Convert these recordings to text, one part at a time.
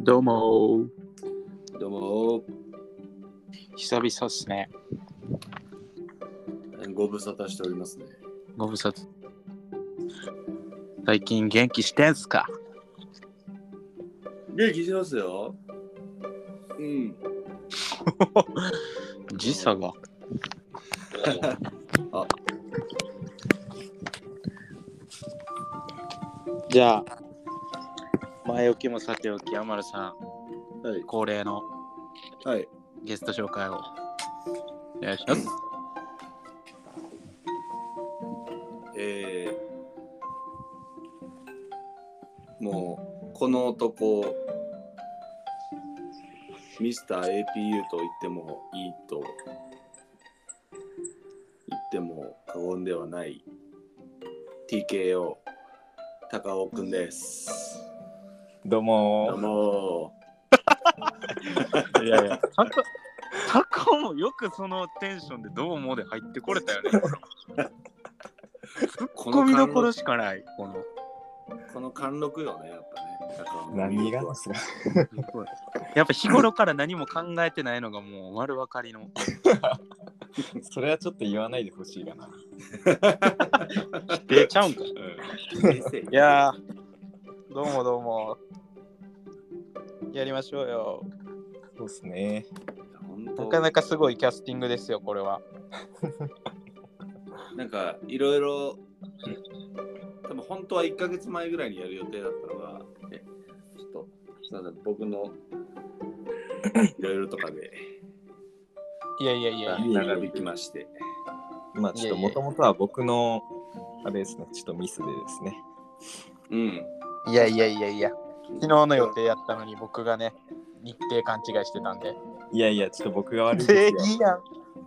どうもどうも久々っすね。 ご無沙汰しておりますね。 ご無沙汰。最近元気してんすか？ 元気してますよ。うん。 時差が。 あ、 じゃあ、前置きもさておき、アマルさん、 はい。 恒例のはい。 ゲスト紹介をお願いします。 もう、この男、ミスター APU と言ってもいいと言っても過言ではない TKO 高尾くんです。 どうもどうもいやいや、タカもよくそのテンションでどうもで入ってこれたよね。ツッコミどころしかない。 この貫禄よね、やっぱね。高尾の何がですか？ やっぱ日頃から何も考えてないのがもう丸分かりの。 それはちょっと言わないでほしいかな。 否定ちゃうんか。 いいやー、どうもどうも。やりましょうよ。 そうっすね。 なかなかすごいキャスティングですよ、これは。 なんかいろいろ多分本当は1ヶ月前ぐらいにやる予定だったのが、ちょっとすいません、僕のいろいろとかでいや長引きまして、 まあちょっともともとは僕のあれですね、ちょっとミスでですね。 うん。 いや。昨日の予定やったのに僕がね、日程勘違いしてたんで。 いやいや、ちょっと僕が悪いですよ。 全員やん。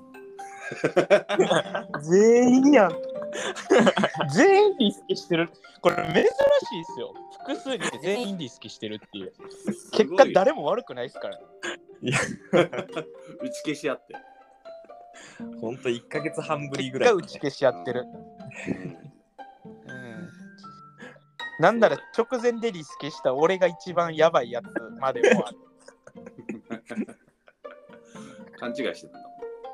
全員やん。全員リスケしてる。これ珍しいですよ。複数人で全員リスケしてるっていう。結果誰も悪くないですから。 いや打ち消し合って。 ほんと1ヶ月半ぶりぐらい。 結果打ち消し合ってる。なんなら直前でリスケした俺が一番やばいやつまでもある。 勘違いしてたんだ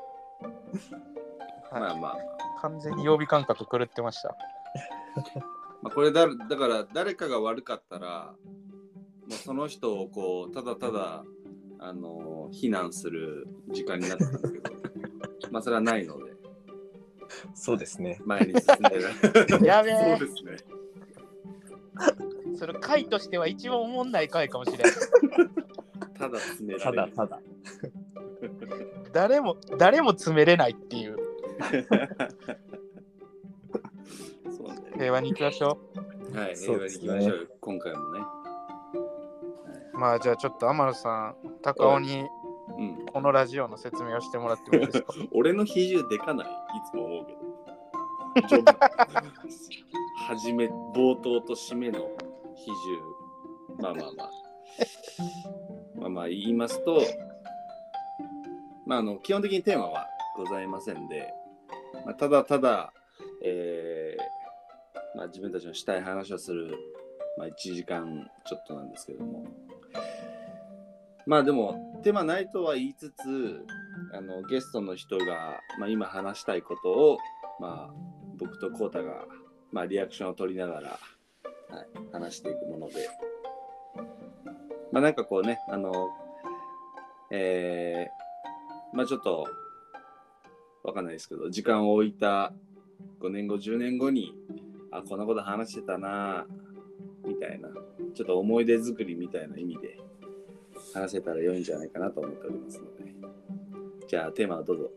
もん。まあまあ。 完全に曜日感覚狂ってました。 まあ、これだから誰かが悪かったら、もうその人をこうただただ非難する時間になってたんですけど、まあそれはないので。 そうですね。 前に進んでる。 やべえ。 そうですね。 それ回としては一番おもんない回かもしれない。 ただ詰められる。 ただ。 誰も詰めれないっていう。 そうね。 平和に行きましょう。はい、平和に行きましょうよ。今回もね。 まあじゃあちょっと天野さん、高尾にこのラジオの説明をしてもらってもいいですか？ 俺の比重でかない？いつも思うけど。初め、冒頭と締めの比重。まあ言いますと、基本的にテーマはございませんで、ただただ、自分たちのしたい話をする、1時間ちょっとなんですけども、でもテーマないとは言いつつ、ゲストの人が、今話したいことを、僕とコウタが、リアクションを取りながら、話していくもので、なんかこうね、ちょっとわかんないですけど、時間を置いた5年後10年後にこんなこと話してたなみたいな、ちょっと思い出作りみたいな意味で話せたら良いんじゃないかなと思っておりますので、じゃあテーマをどうぞ。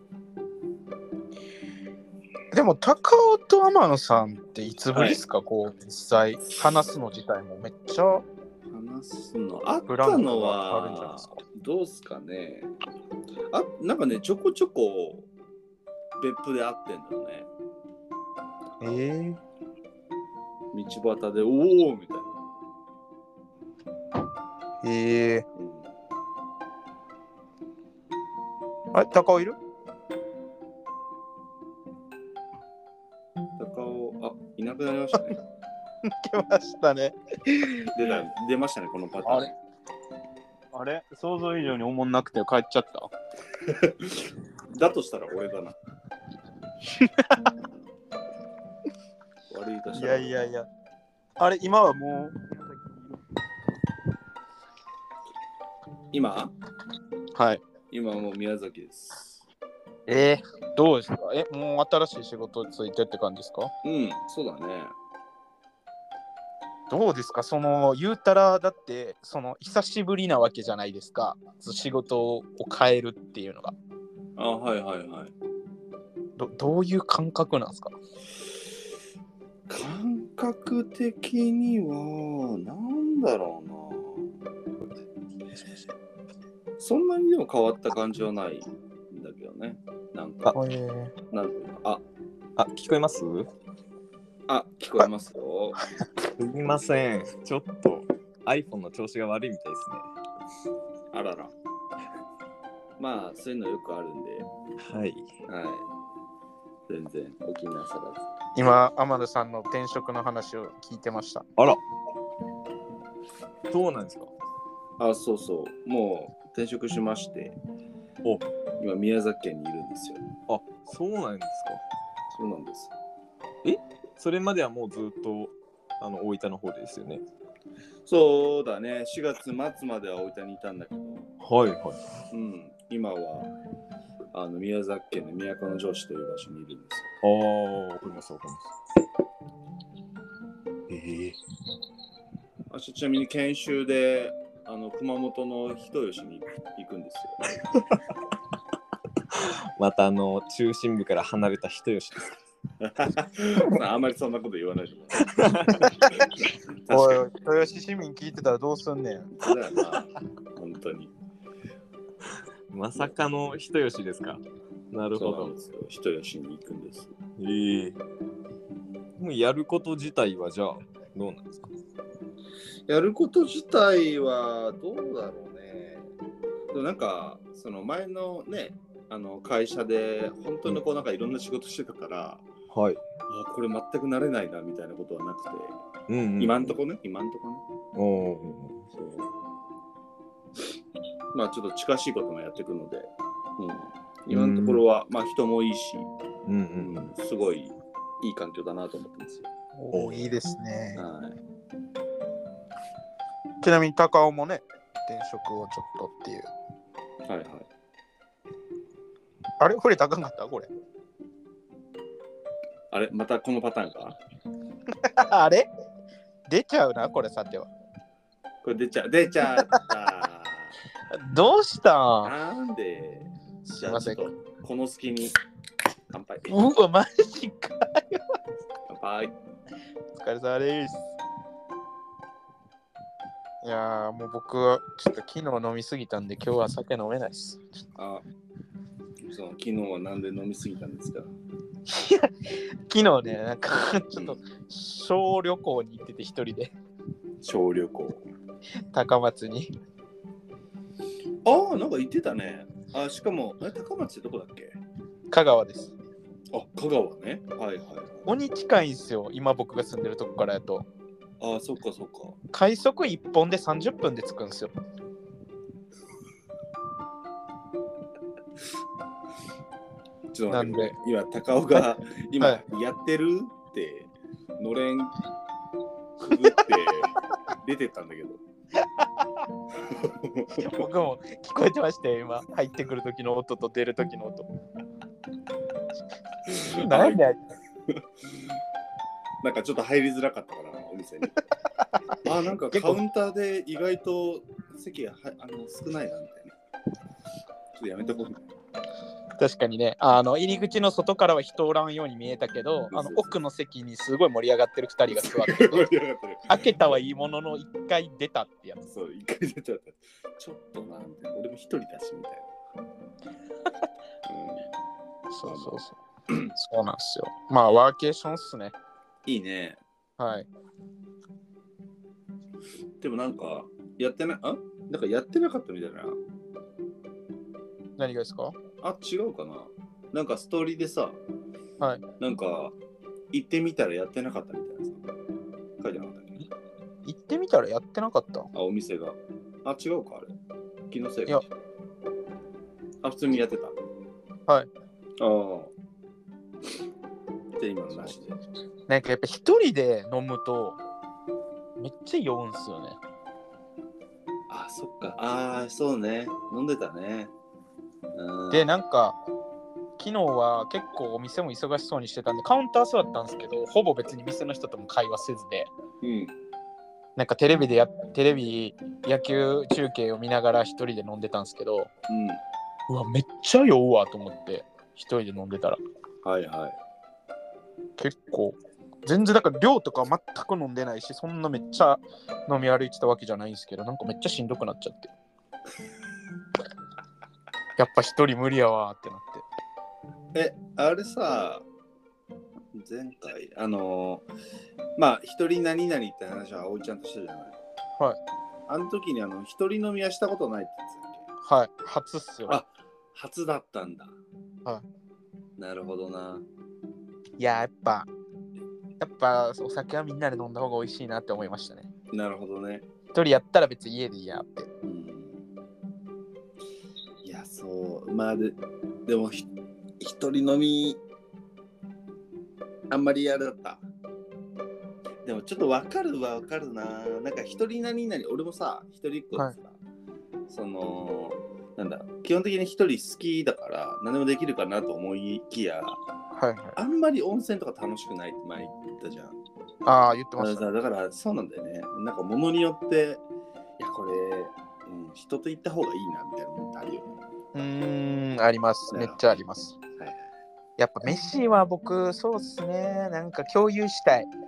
でも高尾と天野さんっていつぶりですか？こう実際話すの自体もめっちゃ話すのあったのはどうすかね。なんかね、ちょこちょこ別府で会ってんだよね。道端でおーみたいな。 あれ、高尾いる？ 高尾、いなくなりましたね。 来ましたね。 出ましたね、このパターン。 あれ想像以上におもんなくて帰っちゃった。 だとしたら俺だな。悪いとしいたら。 やいやいや。あれ今はもう今はい。 今はもう宮崎です。 どうですか？もう新しい仕事ついてって感じですか？ うん、そうだね。 どうですか？言うたらだって久しぶりなわけじゃないですか。仕事を変えるっていうのが。 あ、はいはいはい。 どういう感覚なんですか？ 感覚的には、なんだろうな。そんなにでも変わった感じはないんだけどね。なんか、なんていうの、 聞こえます？ 聞こえますよ。 すみません。ちょっと iPhone の調子が悪いみたいですね。 あらら。まあ、そういうのよくあるんで。 はい。 はい。全然お気になさらず。 今、天野さんの転職の話を聞いてました。 あら。そうなんですか？ そうそう。もう転職しまして、今宮崎県にいるんですよ。 あ、そうなんですか？ そうなんです。 それまではもうずっと大分の方ですよね。 そうだね。4月末までは大分にいたんだけど、 はいはい。 うん、今は宮崎県の都城市という場所にいるんですああ、わかりますわかります。 よ。ちなみに研修で熊本の人吉に行くんですよ。 また中心部から離れた人吉です。 あんまりそんなこと言わないでもおい、豊吉市民聞いてたらどうすんねん。 そうだよな、本当に。 まさかの人吉ですか？なるほど。 人吉に行くんです。 もうやること自体はじゃあどうなんですか？ やること自体はどうだろうね。でもなんかその前のね会社で本当になんかいろんな仕事してたから、 はい。 これ全く慣れないなみたいなことはなくて、今んとこね。そうまあちょっと近しいこともやっていくので、今のところはまあ人もいいし、すごいいい環境だなと思ってますよ。 いいですね。 はい。 ちなみに高尾もね、転職をちょっとっていう。 はいはい。 あれこれ高かったこれ。 あれまたこのパターンかあれ出ちゃうな、これさては。 これ出ちゃったどうしたん？ なんで。 すいません。 この隙に乾杯。 うわ、マジかよ。 乾杯。 お疲れ様です。いやー、もう僕はちょっと昨日飲みすぎたんで今日は酒飲めないです。 昨日はなんで飲みすぎたんですか？ 昨日ね、なんかちょっと小旅行に行ってて一人で。 小旅行。 高松に。 なんか行ってたね。しかも高松ってどこだっけ？ 香川です。 香川ね。はいはい。 鬼近いんですよ、今僕が住んでるとこからやと。 そっかそっか。 快速1本で30分で着くんですよ。 ちょっと待って、今高尾が今やってるってのれんくぐって出てったんだけど僕も聞こえてましたよ、今入ってくる時の音と出る時の音。なんでなんかちょっと入りづらかったからお店になんかカウンターで意外と席が少ないなみたいな。ちょっとやめとこう。 確かにね、入り口の外からは人おらんように見えたけど、奥の席にすごい盛り上がってる2人が座ってて開けたはいいものの1回出たってやつ。 そう、1回出ちゃった。ちょっとなみたいな。俺も1人だしみたいな。 そうそうなんですよ。まあワーケーションっすね。 いいね。 はい。 でもなんかやってなかったみたいな。 何がですか？ 違うかな。なんかストーリーでさ、 はい。 なんか行ってみたらやってなかったみたいなさ、書いてなかったっけ？ 行ってみたらやってなかった？ お店が。違うかあれ。 気のせいいやあ、普通にやってた。 はい。 ああ。で、今のなしで。 なんかやっぱ一人で飲むとめっちゃ酔うんすよね。 あ、そっか。ああ、そうね。飲んでたね。うん、 で、なんか昨日は結構お店も忙しそうにしてたんでカウンター座ったんですけど、ほぼ別に店の人とも会話せずで、 うん。 なんかテレビ野球中継を見ながら一人で飲んでたんですけど、うわめっちゃ酔うわと思って一人で飲んでたらはいはい。 結構全然だから量とか全く飲んでないし、そんなめっちゃ飲み歩いてたわけじゃないんですけど、なんかめっちゃしんどくなっちゃってやっぱ一人無理やわってなって。 あれさ、前回、まあ、一人何々って話は葵ちゃんとしたじゃない。 はい。 あの時に一人飲みはしたことないって言ってたっけ？ はい、初っすよ。 あ、初だったんだ。 はなるほどな。 いややっぱお酒はみんなで飲んだ方が美味しいなって思いましたね。 なるほどね。 一人やったら別に家でいいやって。 うん。いや、そう。まあでも一人飲み、あんまりあれだった。でもちょっとわかるな。なんか一人何々、俺もさ、一人っ子でさ、 はい、 なんだ、基本的に一人好きだから何でもできるかなと思いきや、 はいはい。 あんまり温泉とか楽しくないって前言ったじゃん。 ああ言ってました。 だからそうなんだよね。なんか物によって、いやこれ、人と行った方がいいなみたいなのってあるよね。 あります。めっちゃあります。 はいはい。 やっぱ飯は僕そうっすね。なんか共有したい。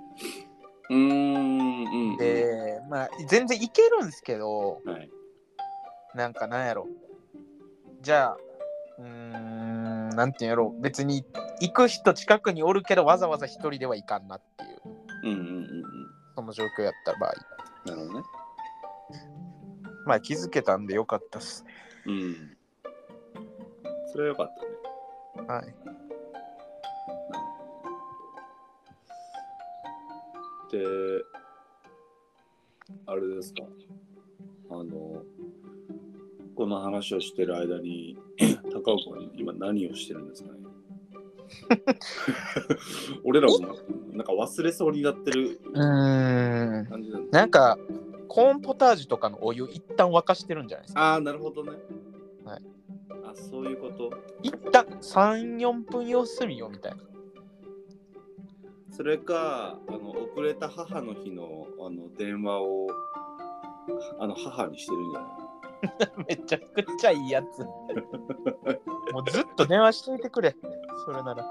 で、まあ全然いけるんですけど、 はい、 なんかなんやろ。じゃあなんていうんやろ、別に行く人近くにおるけどわざわざ一人では行かんなっていう、その状況やった場合。 なるほどね。 まあ気づけたんでよかったっすね。 それはよかったね。 はい。 で、あれですか、この話をしてる間に高岡は今何をしてるんですかね。俺らもなんか忘れそうになってる感じなんかコーンポタージュとかのお湯一旦沸かしてるんじゃないですか。 ああ、なるほどね。 はい。 あ、そういうこと。 一旦3、4分様子見よみたいな。 それか、遅れた母の日の電話を母にしてるんじゃないめちゃくちゃいいやつ。もうずっと電話しといてくれ。それなら。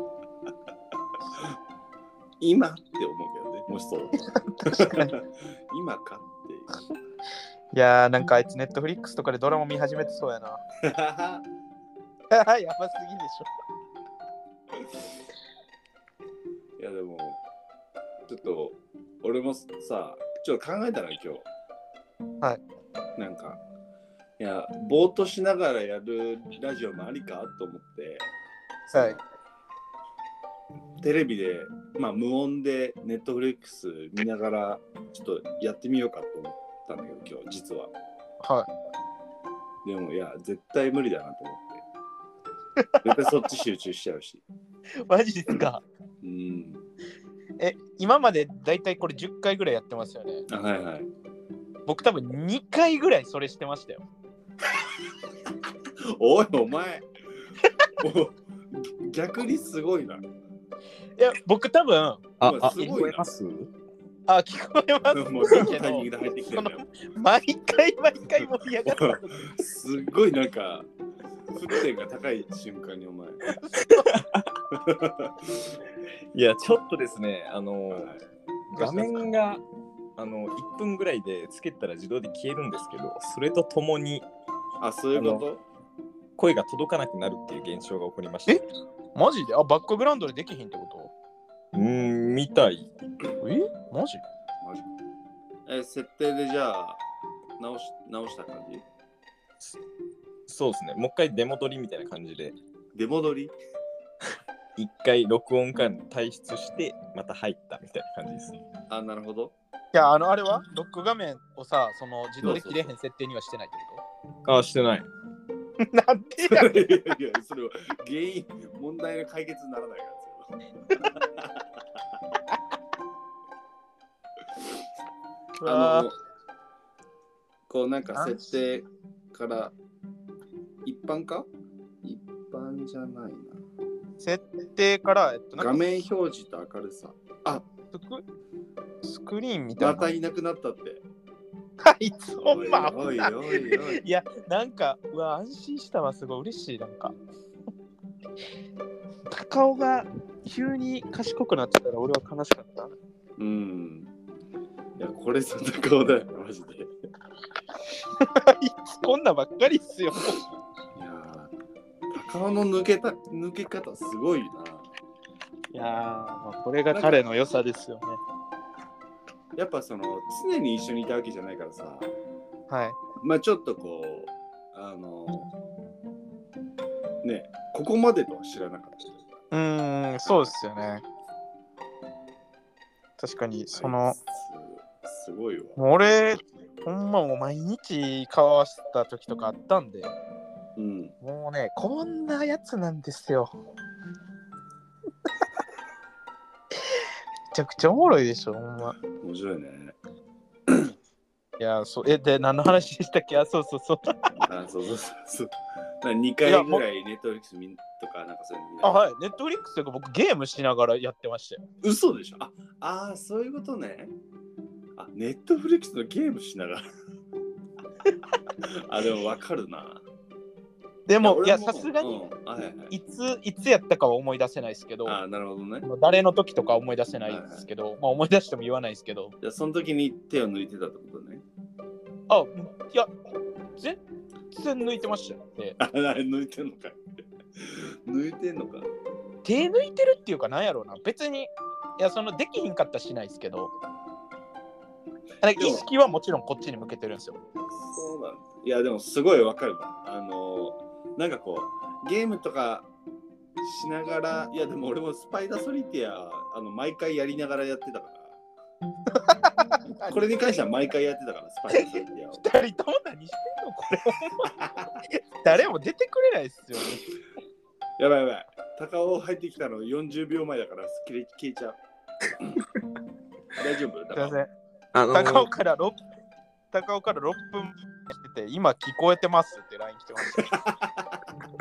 今って思うけどね、もしそうだったら。 確かに。 今かっていう。 いやーなんかあいつネットフリックスとかでドラマ見始めてそうやな。やばすぎでしょ。いやでも、ちょっと俺もさ、ちょっと考えたら今日。 はい。 なんか、いや、ぼーっとしながらやるラジオもありかと思って、 はい。 テレビで、まあ無音でネットフリックス見ながらちょっとやってみようかと思ったんだけど、今日実は。 はでもいや、絶対無理だなと思って。絶対そっち集中しちゃうし。 い。マジですか。今までだいたいこれ10回ぐらいやってますよね。 あ、はいはい。 僕多分2回ぐらいそれしてましたよ。 おいお前逆にすごいな。 いや僕多分すごいな。 聞こえます？ 聞こえますもうどのタイミングで入ってきてんだよ。 毎回盛り上がったすっごいなんか沸点が高い瞬間にお前いや、ちょっとですね、画面が1分ぐらいでつけたら自動で消えるんですけど、それとともにそういうこと声が届かなくなるっていう現象が起こりました。 マジでバックグラウンドでできひんってこと？ みたい。 マジ設定でじゃあ直した感じ？ そうですね。もう一回デモ撮りみたいな感じで。 デモ撮り？ 一回録音から退出してまた入ったみたいな感じです。 なるほど。 いやあれはロック画面をさ、その自動で切れへん設定にはしてないってこあ、してない。 なんでやいやいや、それは原因、問題の解決にならないからですよ。こうなんか設定から一般か一般じゃないな。 設定から、 画面表示と明るさ。あ、 スクリーンみたいな。 またいなくなったって。 あいつほんま。 おいおいおいおい。 いや、なんか、うわ、安心したわ、すごい嬉しい、なんか。高尾が急に賢くなってたら俺は悲しかった。 うん。いや、これぞ高尾だよ、マジで。 いつこんなばっかりっすよ。 いや高尾の抜け方すごいな。 いやまあ、これが彼の良さですよね。 やっぱその常に一緒にいたわけじゃないからさ。 はい。 まあちょっとこうね、ここまでとは知らなかった。 そうですよね。確かにそのすごいわ。 もう俺ほんまもう毎日交わした時とかあったんで、 うん、 もうねこんなやつなんですよ。めちゃくちゃおもろいでしょ、ほんま。 面白いね。 いや、で、何の話でしたっけ？あ、そうそう。 あ、そう。2回ぐらいネットフリックスとかなんかそういうの見なあ、はい。ネットフリックスとか僕ゲームしながらやってましたよ。 嘘でしょ？あ、そういうことね。あ、ネットフリックスのゲームしながら。あ、でもわかるな。 でも、いや、さすがに、いつやったかは思い出せないですけど、 あ、なるほどね。 誰の時とか思い出せないですけど、まあ思い出しても言わないですけど。 じゃあ、その時に手を抜いてたってことね。 あ、いや、全然抜いてましたよ。 抜いてんのか。抜いてんのか。 手抜いてるっていうか、なんやろうな。別に、いや、できひんかったらしないですけど、意識はもちろんこっちに向けてるんですよ。 そうなんだ。いや、でもすごいわかるわ。なんかこうゲームとかしながら、いやでも俺もスパイダーソリティア毎回やりながらやってたからこれに関しては毎回やってたからスパイダーソリティアを 2人とも何してんのこれ誰も出てくれないっすよね。 やばい高尾入ってきたの40秒前だから消えちゃう大丈夫？ すいません、高尾から6分してて、今聞こえてますって LINE 来てました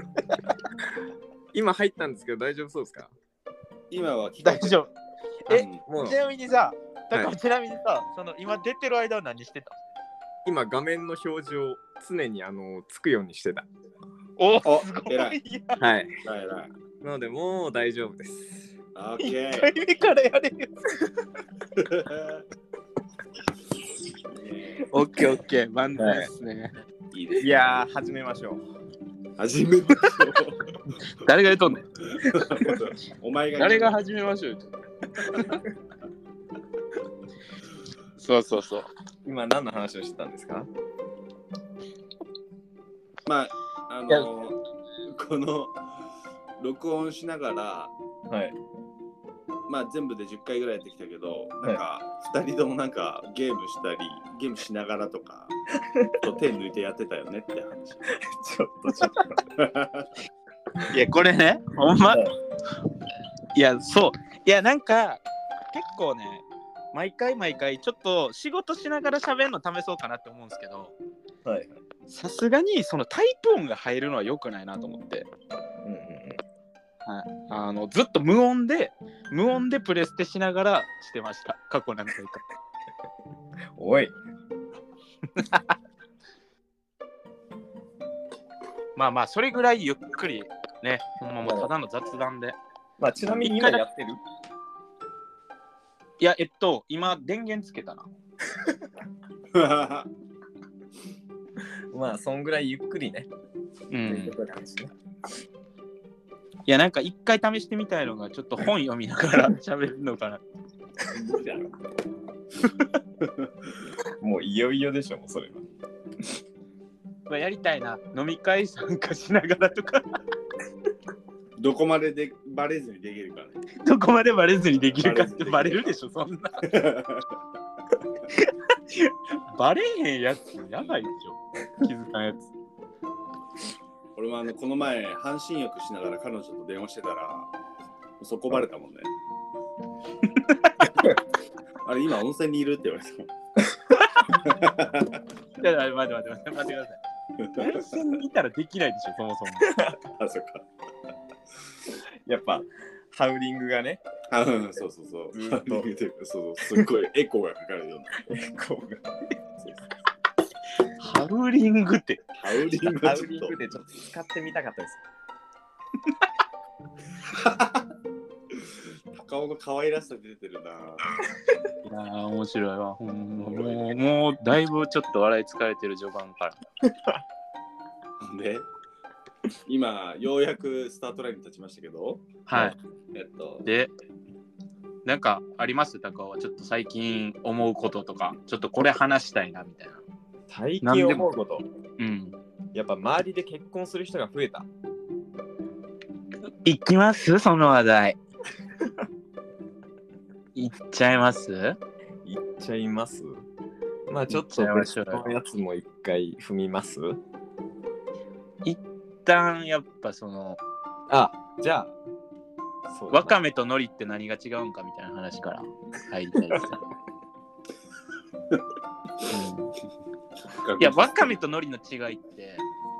今入ったんですけど大丈夫そうですか？ 今は聞こえてる。 大丈夫。 もうちなみにさ、ちなみにさ、今出てる間は何してた？ 今画面の表示を常につくようにしてた。 お、すごい。 はい。なのでもう大丈夫です。 オッケー。 1回目からやれよ。オッケー、万全ですね。 いいですね。 いや始めましょう。 誰が言うとんねん。 お前が誰が始めましょう。そう。 今何の話をしてたんですか？ まあこの録音しながら、 はい。 まあ全部で10回ぐらいやってきたけど、なんか2人ともなんかゲームしたりゲームしながらとか手抜いてやってたよねって話。 ちょっといやこれね、ほんま、いやそう、いやなんか結構ね、毎回ちょっと仕事しながら喋るの試そうかなって思うんですけど、さすがにそのタイプ音が入るのは良くないなと思って、ずっと無音でプレステしながらしてました、過去何回か。 おいまあそれぐらいゆっくりね、ほんまもうただの雑談で。 まあちなみに今やってる？ いや今電源つけたな。 まあそんぐらいゆっくりね。 いやなんか一回試してみたいのが、ちょっと本読みながら喋るのかな。 もういよいよでしょ、もうそれは。 やりたいな、飲み会参加しながらとか。 どこまででバレずにできるかね。 どこまでバレずにできるかってバレるでしょ、そんな。 バレへんやつやばいでしょ。気づかんやつ。 俺もこの前半身浴しながら彼女と電話してたらそこバレたもんね。あれ今温泉にいるって言われたもん。 いや待ってください。温泉にいたらできないでしょ、そもそも。 あ、そっか。 やっぱハウリングがね。 あ、そう。ハウリングというか、そうすっごいエコーがかかるような。エコーが。 ハウリングって。 ハウリングでちょっと使ってみたかったです。 高尾の可愛らしさ出てるな。 いやー面白いわ。もうだいぶちょっと笑い疲れてる序盤から。 で、今ようやくスタートラインに立ちましたけど。 はい。で、なんかあります高尾はちょっと最近思うこととか、ちょっとこれ話したいなみたいな。 最近思うこと。 うん。 やっぱ周りで結婚する人が増えた。 いきますその話題。いっちゃいます？ いっちゃいます。まあちょっと別のやつも一回踏みます。 一旦やっぱそのじゃあわかめと海苔って何が違うんかみたいな話から入りたいです。いやわかめと海苔の違いって、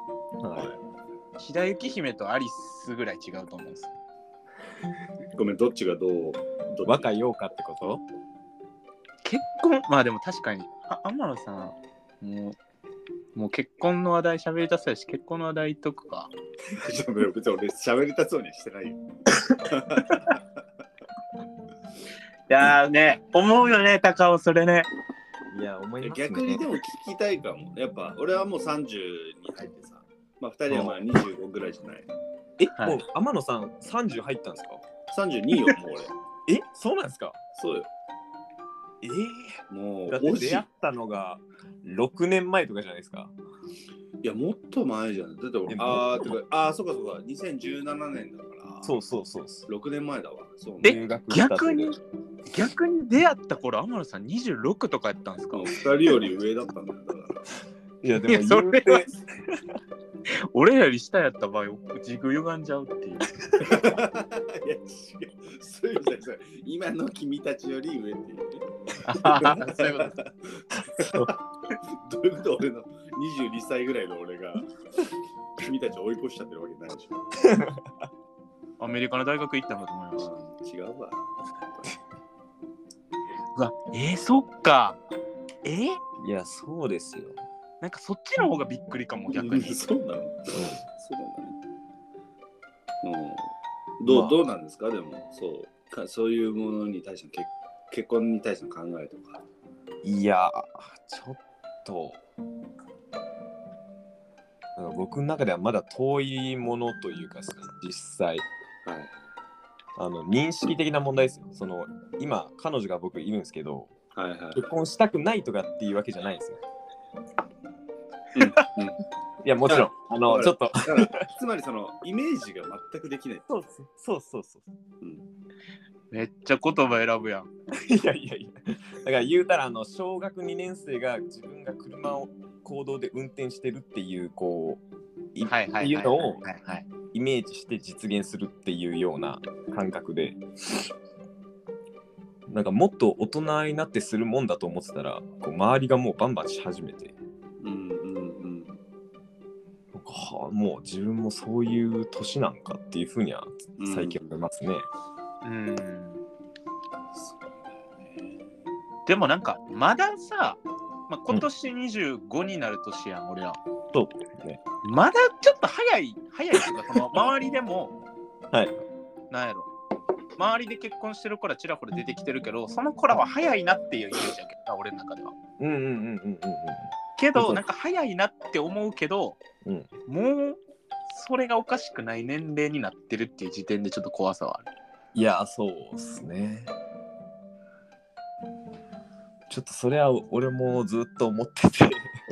白雪姫とアリスぐらい違うと思うんです。 ごめん、どっちがどう若いようかってこと？ 結婚、まあでも確かに天野さんもう結婚の話題喋りたそうやし、結婚の話題言っとくか。 ちょっと別に俺喋りたそうにしてないよ。 いやーね、思うよね高尾、それね。 いや思いますね。 逆にでも聞きたいかも。やっぱ俺はもう30に入ってさ、まあ2人はまあ25ぐらいじゃない。 はい、もう天野さん30入ったんですか ？32よ、もう俺。そうなんですか？ そうよ。 もうだって出会ったのが6年前とかじゃないですか。 いや、もっと前じゃん。だって俺、そうか、2017年だから。そう。6年前だわ。そうね。逆に出会った頃、天野さん26とかやったんですか？ 2人より上だったんだよ。だから。 いや、でもそれは俺より下やった場合、時空歪んじゃうっていう。いや、違う。 そういうことです。今の君たちより上っていうね。 そういうことです。どういうこと俺の22歳ぐらいの俺が君たちを追い越しちゃってるわけないでしょ。 アメリカの大学行ったんだと思います。違うわ。 そっか。 いや、そうですよ。 なんかそっちの方がびっくりかも、逆に。 そうなの？そうなんだね。どうなんですか？でもそういうものに対しての結婚に対しての考えとか。 いや、ちょっと僕の中ではまだ遠いものというか実際、認識的な問題ですよ。今彼女が僕いるんですけど、結婚したくないとかっていうわけじゃないんですよ。いや、もちろんちょっとつまりイメージが全くできない。 そう、 めっちゃ言葉選ぶやん。 いやだから言うたら小学2年生が自分が車を公道で運転してるっていうっていうのをイメージして実現するっていうような感覚で、なんかもっと大人になってするもんだと思ってたら、周りがもうバンバンし始めて、もう自分もそういう年なんかっていうふうには最近思いますね。 でもなんかまださ、今年25になる年やん、俺は。 そうね。 まだちょっと早いとか、周りでも、なんやろ、周りで結婚してる子らちらほら出てきてるけど、その子らは早いなっていうイメージやけど、俺の中では。けどなんか早いなって思うけど、もうそれがおかしくない年齢になってるっていう時点でちょっと怖さはある。 いや、そうっすね。ちょっとそれは俺もずっと思ってて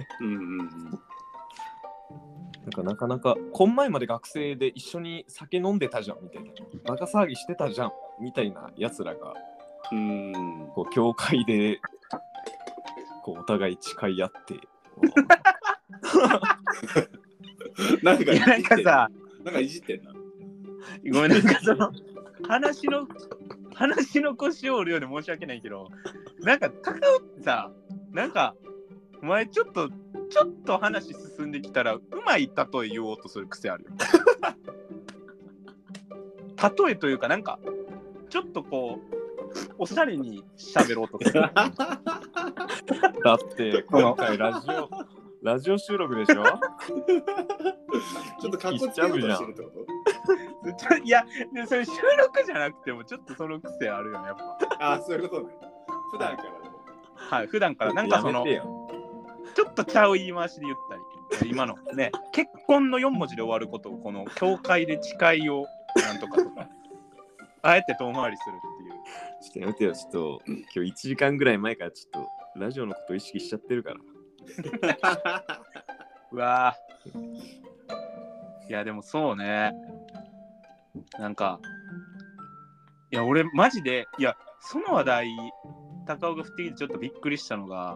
なかなかこん前まで学生で一緒に酒飲んでたじゃんみたいな、バカ騒ぎしてたじゃんみたいなやつらが教会でこうお互い誓い合ってなんかさ、 なんかいじってんな。 ごめん、なんかその話の腰を折るようで申し訳ないけど、なんか高尾ってさ、なんかお前ちょっと話進んできたらうまい例え言おうとする癖あるよ。例えというかなんかちょっとこうおしゃれに喋ろうとする。 だって今回ラジオ収録でしょ。 ちょっとかっこつけようとしてるってこと？ いや、それ収録じゃなくてもちょっとその癖あるよね、やっぱ。 あ、そういうことね。普段からでも。 はい、普段からなんかそのちょっとちゃう言い回しで言ったり、今のね、結婚の4文字で終わることをこの教会で誓いをなんとかとか、あえて遠回りするっていう。 ちょっとやめてよ、ちょっと今日1時間ぐらい前からちょっとラジオのことを意識しちゃってるから。 うわいやでもそうね、なんかいや俺マジでいやその話題高尾が振ってきてちょっとびっくりしたのが、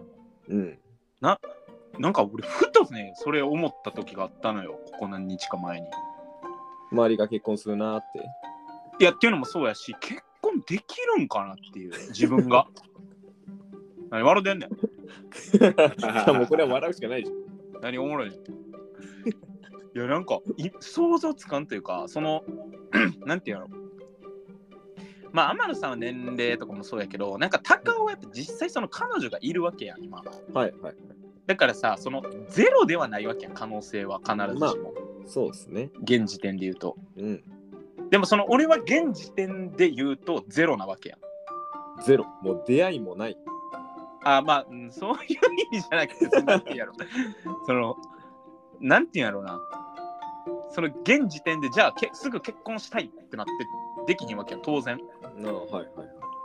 なんか俺ふとねそれ思った時があったのよ、ここ何日か前に。 周りが結婚するなーって。 いやっていうのもそうやし、結婚できるんかなっていう自分が何笑うてんねん。 もうこれは笑うしかないじゃん。 何おもろいねん。いやなんか想像つかんというか、そのなんていうの、まあ天野さんは年齢とかもそうやけど、なんか高尾はやっぱ実際その彼女がいるわけやん今。 はいはい。 だからさ、そのゼロではないわけやん、可能性は必ずしも、まあ、 そうですね、 現時点で言うと。でもその俺は現時点で言うとゼロなわけやん。 ゼロ、もう出会いもない。 あ、まあ、そういう意味じゃなくて、そんなってやろそのなんていうんやろうな、その現時点でじゃあすぐ結婚したいってなってできひんわけやん、当然。 はいはい。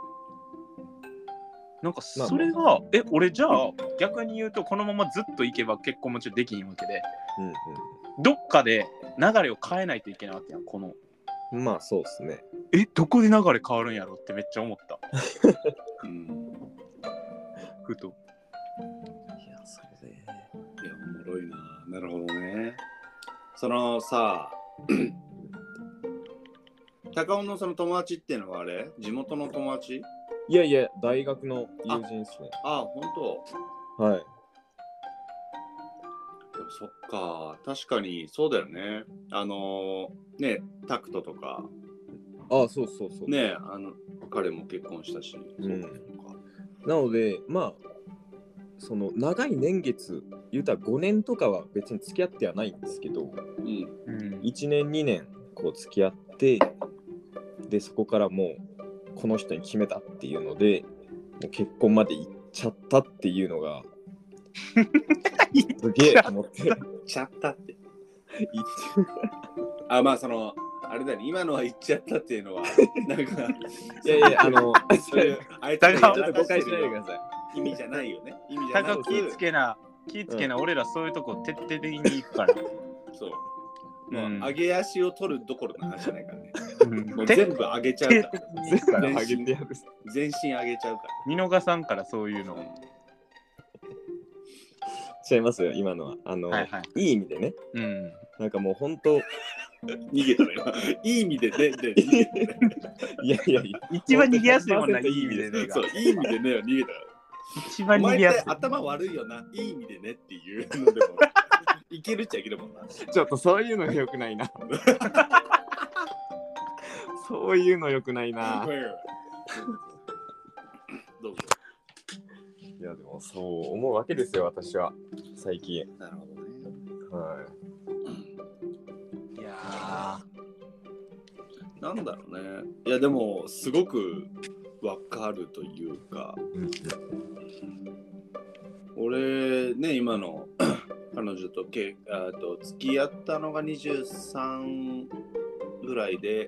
なんかそれが、俺じゃあ逆に言うとこのままずっといけば結婚もちろんできひんわけで、どっかで流れを変えないといけないわけやん、この。 まあそうですね。 どこで流れ変わるんやろってめっちゃ思った。ふと。 いや、そうね。 いや、おもろいな。なるほどね。そのさ、高尾のその友達っていうのはあれ？地元の友達？ いやいや、大学の友人ですね。 あ、本当。 はい。 でもそっか、確かにそうだよね。ね、タクトとか。 あ、そう。 ね、彼も結婚したし。 なので、まあ、その長い年月、言うたら5年とかは別に付き合ってはないんですけど、1年、2年こう付き合って、で、そこからもうこの人に決めたっていうので、もう結婚まで行っちゃったっていうのが、すげえと思って。 行っちゃったって。あ、まあその、あれだね、今のは言っちゃったっていうのは、なんか、 いやいや、 そういう、あえてちょっと誤解しないでください。 意味じゃないよね。意味じゃない。 気ぃつけな、俺らそういうとこ徹底的に行くから。 そう。もう上げ足を取るどころの話じゃないからね。もう全部上げちゃうから。全身上げちゃうから。 見逃さんからそういうの。 違いますよ、今のは。いい意味でね。なんかもう本当逃げたのよ。いい意味でね。 いや。 一番逃げやすいもんな、いい意味でね。 そう、いい意味でね逃げた。 一番逃げやすい。 頭悪いよな、いい意味でねっていうのでも。いけるっちゃいけるもんな。 ちょっとそういうの良くないな。そういうの良くないな。 どうぞ。 いやでもそう思うわけですよ、私は最近。 なるほどね。 はい。 いやなんだろうね。いやでもすごくわかるというか、俺ね今の彼女と付き合ったのが23ぐらいで、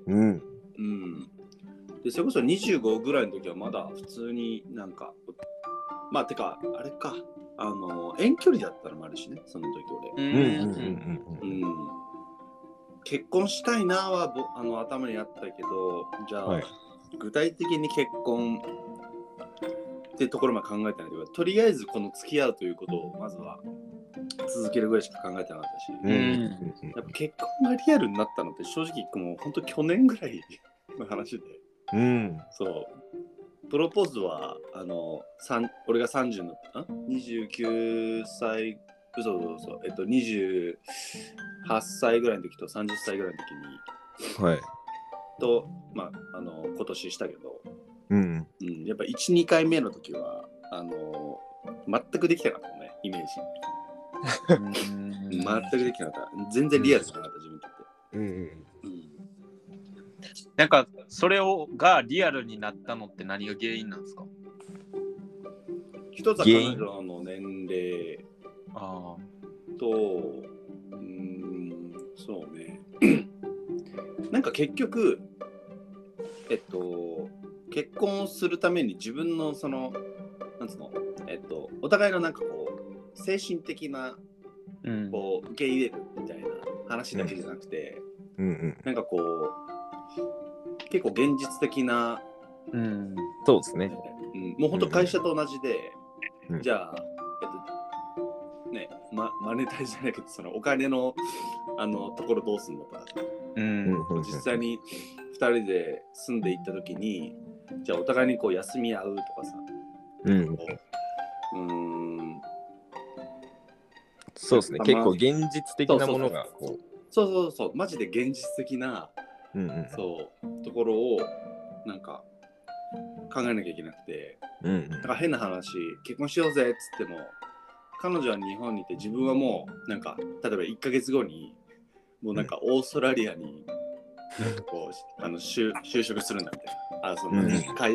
でそれこそ25ぐらいの時はまだ普通になんか、まあてかあれか、遠距離だったのもあるしね、その時俺。結婚したいなは頭にあったけど、じゃあ、具体的に結婚ってところまで考えてないけど、とりあえずこの付き合うということをまずは続けるぐらいしか考えてなかったし、やっぱ結婚がリアルになったのって正直もう本当去年ぐらいの話で、そうプロポーズは俺が30の29歳28歳ぐらいの時と30歳ぐらいの時に、と今年したけど、やっぱ 1,2 回目の時は全くできなかったのね、イメージ全くできなかった。全然リアルじゃなかった、自分にとって。 なんかそれがリアルになったのって何が原因なんですか？ 一つは彼女の年齢と、そうねなんか結局結婚するために自分のそのなんつうのお互いのなんかこう精神的なこう受け入れるみたいな話だけじゃなくて、なんかこう結構現実的な、 そうですね、 もう本当会社と同じで、じゃあね、マネタイズじゃないけど、そのお金のところどうすんのか、実際に2人で住んでいった時に、じゃあお互いにこう休み合うとかさ、 そうですね、結構現実的なものがこう、 そうマジで現実的な、そうところをなんか考えなきゃいけなくて、だから変な話、結婚しようぜっつっても、彼女は日本にいて、自分はもうなんか例えば1ヶ月後にもうなんかオーストラリアになんかこう就職するんだみたいな、その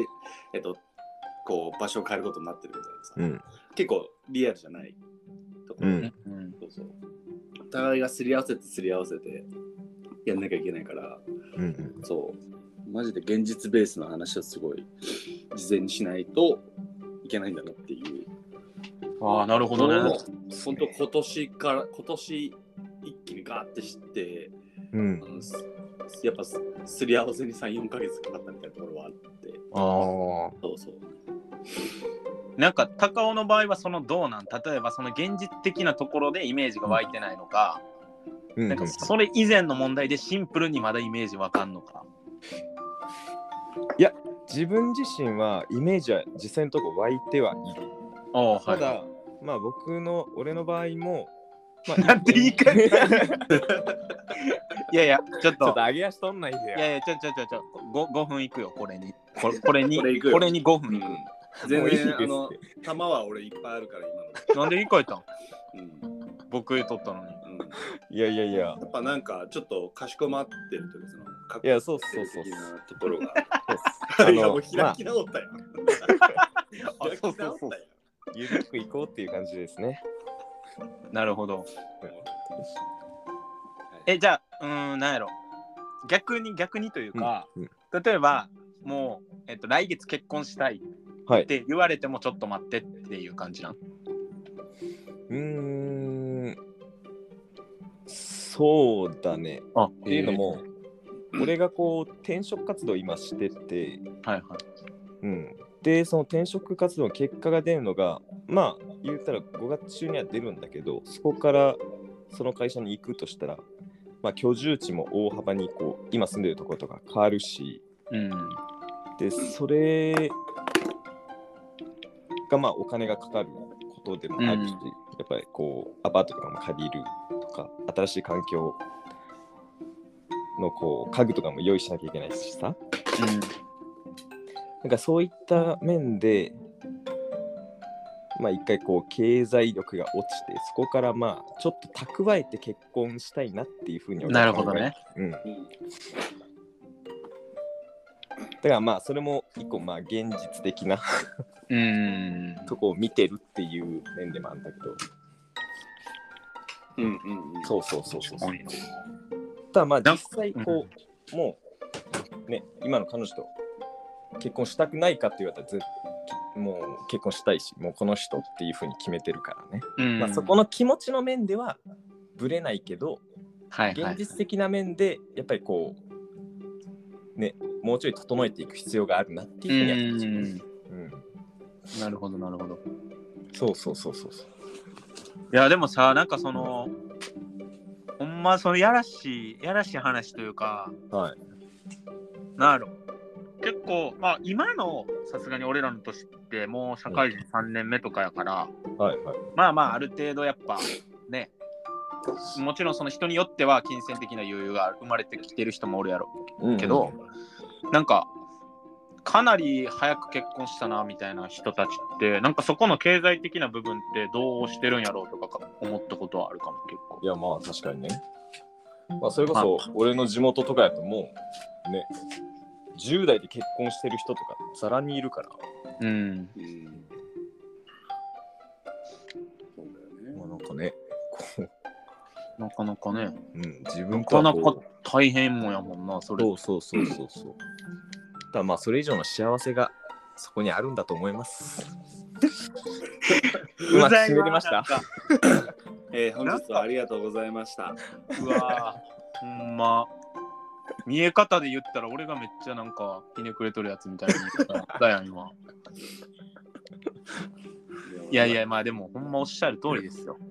こう場所を変えることになってるみたいなさ、結構リアルじゃないところね。お互いがすり合わせてやんなきゃいけないから、そうマジで現実ベースの話をすごい事前にしないといけないんだなっていう。 なるほどね。 本当今年一気にガーって知って、やっぱすり合わせに 3,4 ヶ月かかったみたいなところはあって。そうなんか高尾の場合はそのどうなん、例えばその現実的なところでイメージが湧いてないのか、なんかそれ以前の問題でシンプルにまだイメージわかんのか。 いや、自分自身はイメージは実際のところ湧いてはいる。ただ、まあ俺の場合も、 なんて言い方いやちょっと上げ足取んないでよ。 いやちょ5分いくよ、これに5分いく。 全然弾は俺いっぱいあるから今の。なんで言い換えたん？僕取ったのに。 いややっぱなんかちょっとかしこまってるというか、そのいやそうなところがいやもう開き直ったよ。 ゆるくいこうっていう感じですね。 なるほど。じゃあなんやろ、逆にというか、例えばもう来月結婚したいって言われてもちょっと待ってっていう感じなん？ そうだね。っていうのも、俺がこう転職活動を今してて、でその転職活動の結果が出るのが、まあ言ったら5月中には出るんだけど、そこからその会社に行くとしたら、まあ居住地も大幅にこう今住んでるところとか変わるし、でそれがまあお金がかかることでもあるし、やっぱりこうアパートとかも借りるとか、新しい環境のこう家具とかも用意しなきゃいけないしさ、なんかそういった面で、まあ一回こう経済力が落ちて、そこからまあちょっと蓄えて結婚したいなっていうふうに思う。 なるほどね。 だからまあそれも一個まあ現実的なとこを見てるっていう面でもあるんだけど、そう。ただまあ実際こう、もうね、今の彼女と結婚したくないかって言われたらもう結婚したいし、もうこの人っていう風に決めてるからね、まあそこの気持ちの面ではぶれないけど、現実的な面でやっぱりこうね、もうちょい整えていく必要があるなっていうふうには感じます。 なるほどなるほど。 そうそうそうそう。 いやでもさ、なんかそのほんまそのやらしい話というか、 はい。 なんやろ、結構まあ今のさすがに俺らの年ってもう社会人3年目とかやから、 はいはい。 まあまあある程度やっぱね、もちろんその人によっては金銭的な余裕が生まれてきてる人もおるやろけど、なんかかなり早く結婚したなみたいな人たちって、なんかそこの経済的な部分ってどうしてるんやろうとか思ったことはあるかも結構。 いやまあ確かにね。まあそれこそ俺の地元とかやともうね、10代で結婚してる人とかざらにいるから。 うん。 そうだよね。 まあなんかね、 なかなかね。 うん、自分とはなかなか大変もやもんな、それ。 そう。ただまあそれ以上の幸せがそこにあるんだと思います。うまく締めれました。 本日はありがとうございました。 うわほんま。見え方で言ったら俺がめっちゃなんかひねくれとるやつみたいな見え方だやん今。いやいやまあでもほんまおっしゃる通りですよ。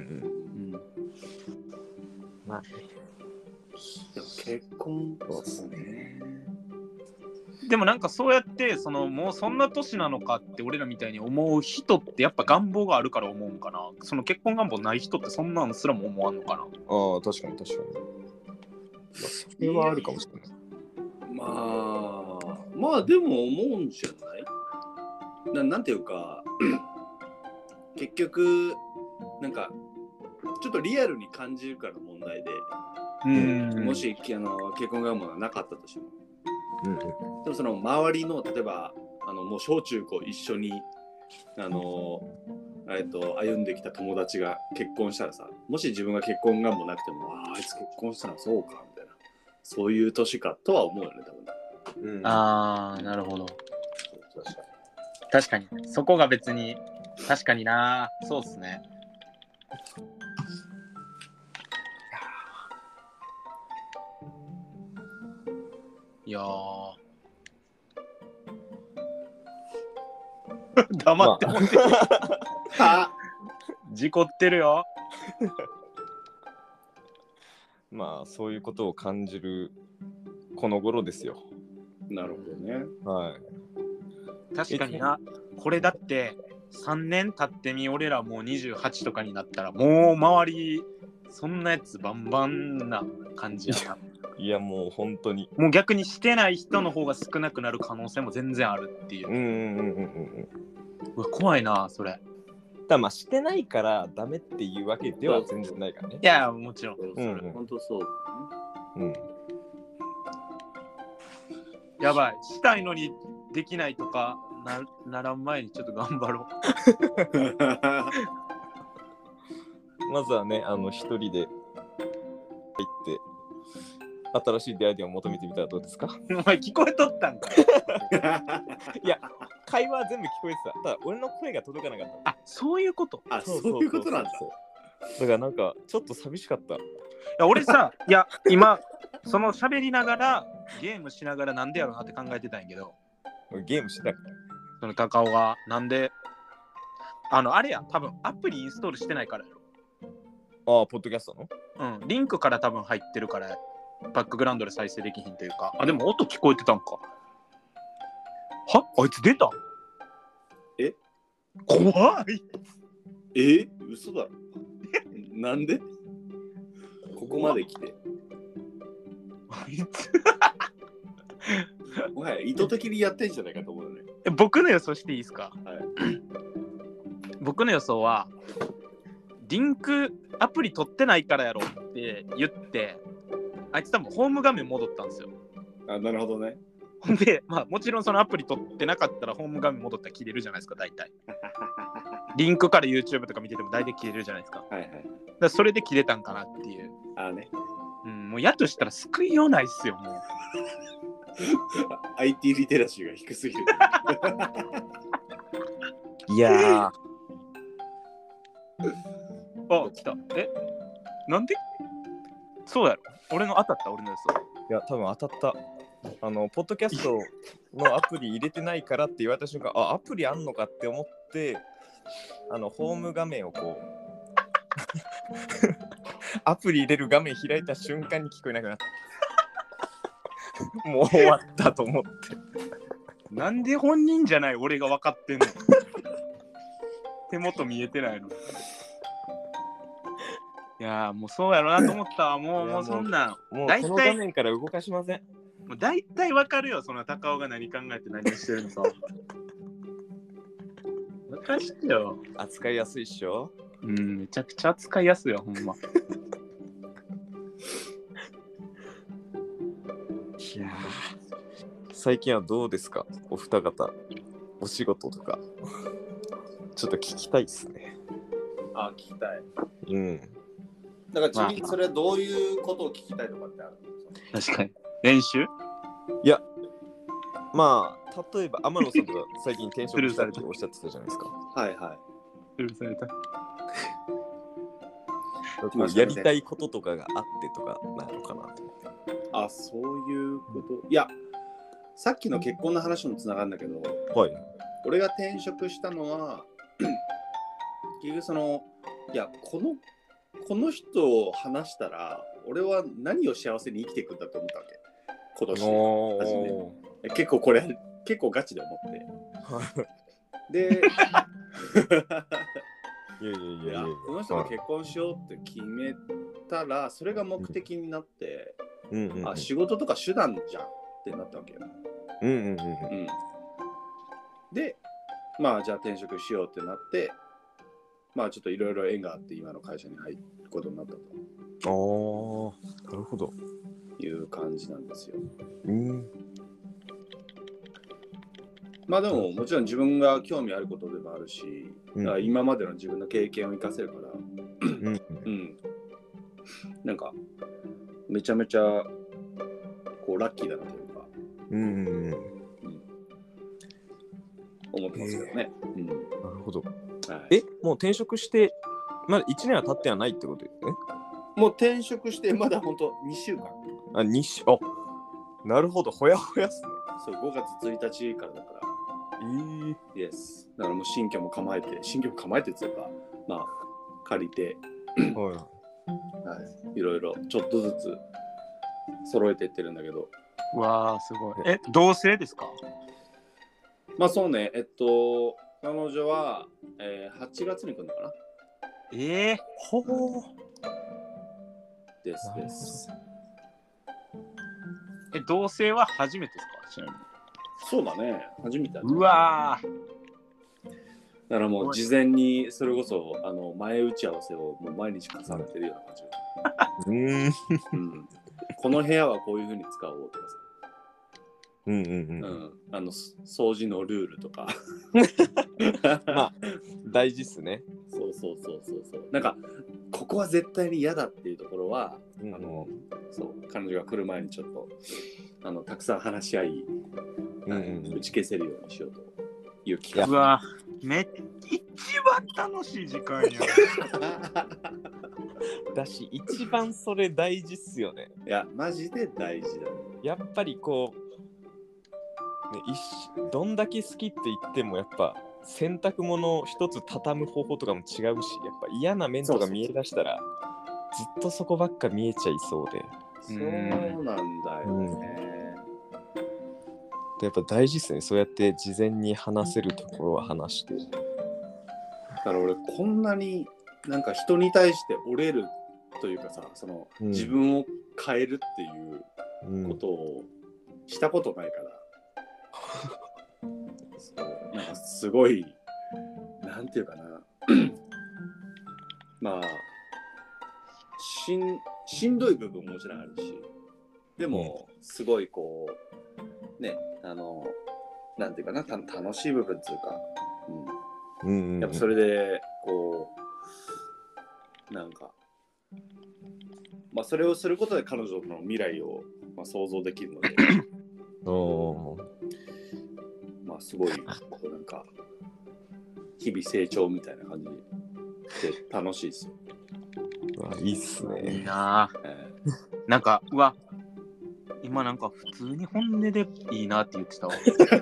まあでも結婚ですね。 でもなんかそうやってそのもうそんな年なのかって俺らみたいに思う人ってやっぱ願望があるから思うんかな。その結婚願望ない人ってそんなのすらも思わんのかな。 ああ確かに。それはあるかもしれない。 まあでも思うんじゃない？なんていうか結局なんかちょっとリアルに感じるから問題で、もし結婚願望がなかったとしても、でもその周りの例えばもう小中高一緒に歩んできた友達が結婚したらさ、もし自分が結婚願望なくてもあいつ結婚したらそうかみたいな、そういう年かとは思うよね多分。 ああなるほど。確かにそこが別に確かにな。そうっすね。いや黙ってもって、事故ってるよ。 まあそういうことを感じるこの頃ですよ。 なるほどね。 はい。 確かにな。これだって3年経ってみ、俺らもう28とかになったらもう周りそんなやつバンバンな感じやな。 いやもう本当にもう逆にしてない人の方が少なくなる可能性も全然あるっていう。うわ怖いなそれ。 だまあしてないからダメっていうわけでは全然ないからね。 いやもちろん。 本当そうだね。 やばい、したいのにできないとか ならん前にちょっと頑張ろう。 まずはね一人で行って新しい出会いを求めてみたらどうですか？ お前聞こえとったんか。 いや会話は全部聞こえてた。ただ俺の声が届かなかった。 あそういうこと。 そういうことなんだ。 だからなんかちょっと寂しかった。 いや俺さいや今その喋りながらゲームしながらなんでやろうなって考えてたんやけど、 ゲームしてたその高尾がなんであれや多分アプリインストールしてないからやろ。 ああポッドキャストのリンクから多分入ってるからバックグラウンドで再生できひんというか。でも音聞こえてたんか。あいつ出た。怖い。 嘘だろ。なんでここまで来てあいつもはや意図的にやってんじゃないかと思うよね。 僕の予想していいですか？ はい。 僕の予想はリンクアプリ取ってないからやろって言って、あいつ多分ホーム画面戻ったんですよ。 なるほどね。 ほんで、まあもちろんそのアプリ取ってなかったらホーム画面戻ったら切れるじゃないですか大体。リンクから YouTube とか見てても大体切れるじゃないですか。 はいはい。 だからそれで切れたんかなっていう。 ね。 もうやとしたら救いようないっすよもう。 IT リテラシーが低すぎる。 いやあ来た。なんでそうやろ。俺の当たった俺の予想。 いや多分当たった。 ポッドキャストのアプリ入れてないからって言われた瞬間、あ、アプリあんのかって思って、ホーム画面をこう、アプリ入れる画面開いた瞬間に聞こえなくなった。もう終わったと思って。 なんで本人じゃない俺が分かってんの手元見えてないの。いやーもうそうやろなと思ったわ。もうそんなん。 もうこの画面から動かしません。 もう大体分かるよ、その高尾が何考えて何をしてるのか。分かしてよ。 扱いやすいっしょ。 めちゃくちゃ扱いやすいよ、ほんま。 いや最近はどうですか、お二方。お仕事とか。ちょっと聞きたいっすね。 あ、聞きたい。 うん。 だから次、それはどういうことを聞きたいとかってあるの？確かに。練習？ いや、まあ、例えば天野さんとか最近転職したっておっしゃってたじゃないですか。 はいはい。 許された。 やりたいこととかがあってとかなのかなと思って。 あ、そういうこと。いや、さっきの結婚の話もつながるんだけど、 はい、 俺が転職したのは結局いやこの人を話したら俺は何を幸せに生きていくんだと思ったわけ。今年結構これ結構ガチで思ってでいやこの人と結婚しようって決めたらそれが目的になって、あ、仕事とか手段じゃんってなったわけよ。でまあじゃあ転職しようってなってまあちょっといろいろ縁があって今の会社に入ることになったと。 なるほど。 いう感じなんですよ。まあでももちろん自分が興味あることでもあるし、今までの自分の経験を生かせるからなんかめちゃめちゃこうラッキーだなというか思ってますけどね。 なるほど。はい、もう転職してまだ1年は経ってはないってことですね。 もう転職してまだほんと2週間。 なるほど、ほやほやっすね。 そう、5月1日からだから。Yes。だからもう新居も構えてっていうか、まあ、借りて、はい、いろいろちょっとずつ揃えていってるんだけど。 わー、すごい。同棲ですか？ まあそうね、彼女は、8月に来るのかな。 ほー。 です。 同棲は初めてですか？ちなみに。 そうだね、初めてだね。 うわー。 だからもう事前にそれこそ前打ち合わせをもう毎日重ねてるような感じ。この部屋はこういう風に使おうとかさ。掃除のルールとかまあ大事っすね。 そうなんかここは絶対に嫌だっていうところは、そう彼女が来る前にちょっとたくさん話し合い、打ち消せるようにしようという気が。 うわ一番楽しい時間やだし一番それ大事っすよね。 いやマジで大事だね。 やっぱりこうどんだけ好きって言ってもやっぱ洗濯物を一つ畳む方法とかも違うし、やっぱ嫌な面とか見え出したらずっとそこばっか見えちゃいそうで。 そうなんだよね。 やっぱ大事ですね。そうやって事前に話せるところは話して。 だから俺こんなになんか人に対して折れるというかさ、自分を変えるっていうことをしたことないから。なんかすごいなんていうかなまあしんどい部分ももちろんあるし、でもすごいこうねなんていうかな楽しい部分っていうか、やっぱそれでこうなんかまあそれをすることで彼女の未来を、想像できるのでまあすごいなんか日々成長みたいな感じで楽しいですよ。 いいっすね。 いいななんか今なんか普通に本音でいいなって言ってたわ。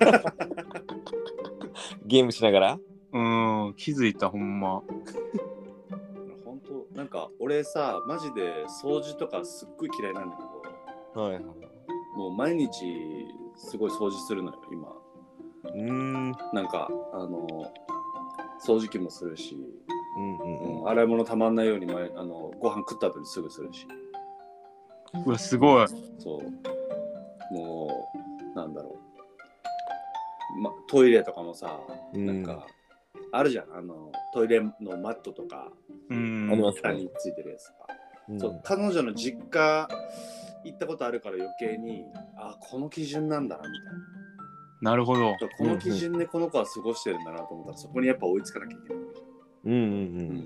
ゲームしながら気づいたほんま。 本当なんか俺さマジで掃除とかすっごい嫌いなんだけど、はいはい、もう毎日すごい掃除するのよ今。なんか掃除機もするし、洗い物たまんないようにご飯食った後にすぐするし。 うわすごい。 そうもうなんだろう、トイレとかもさ、なんかあるじゃんトイレのマットとか下についてるやつとか、そう彼女の実家行ったことあるから余計にこの基準なんだなみたいな。 なるほど。 この基準でこの子は過ごしてるんだなと思ったら、そこにやっぱ追いつかなきゃいけない。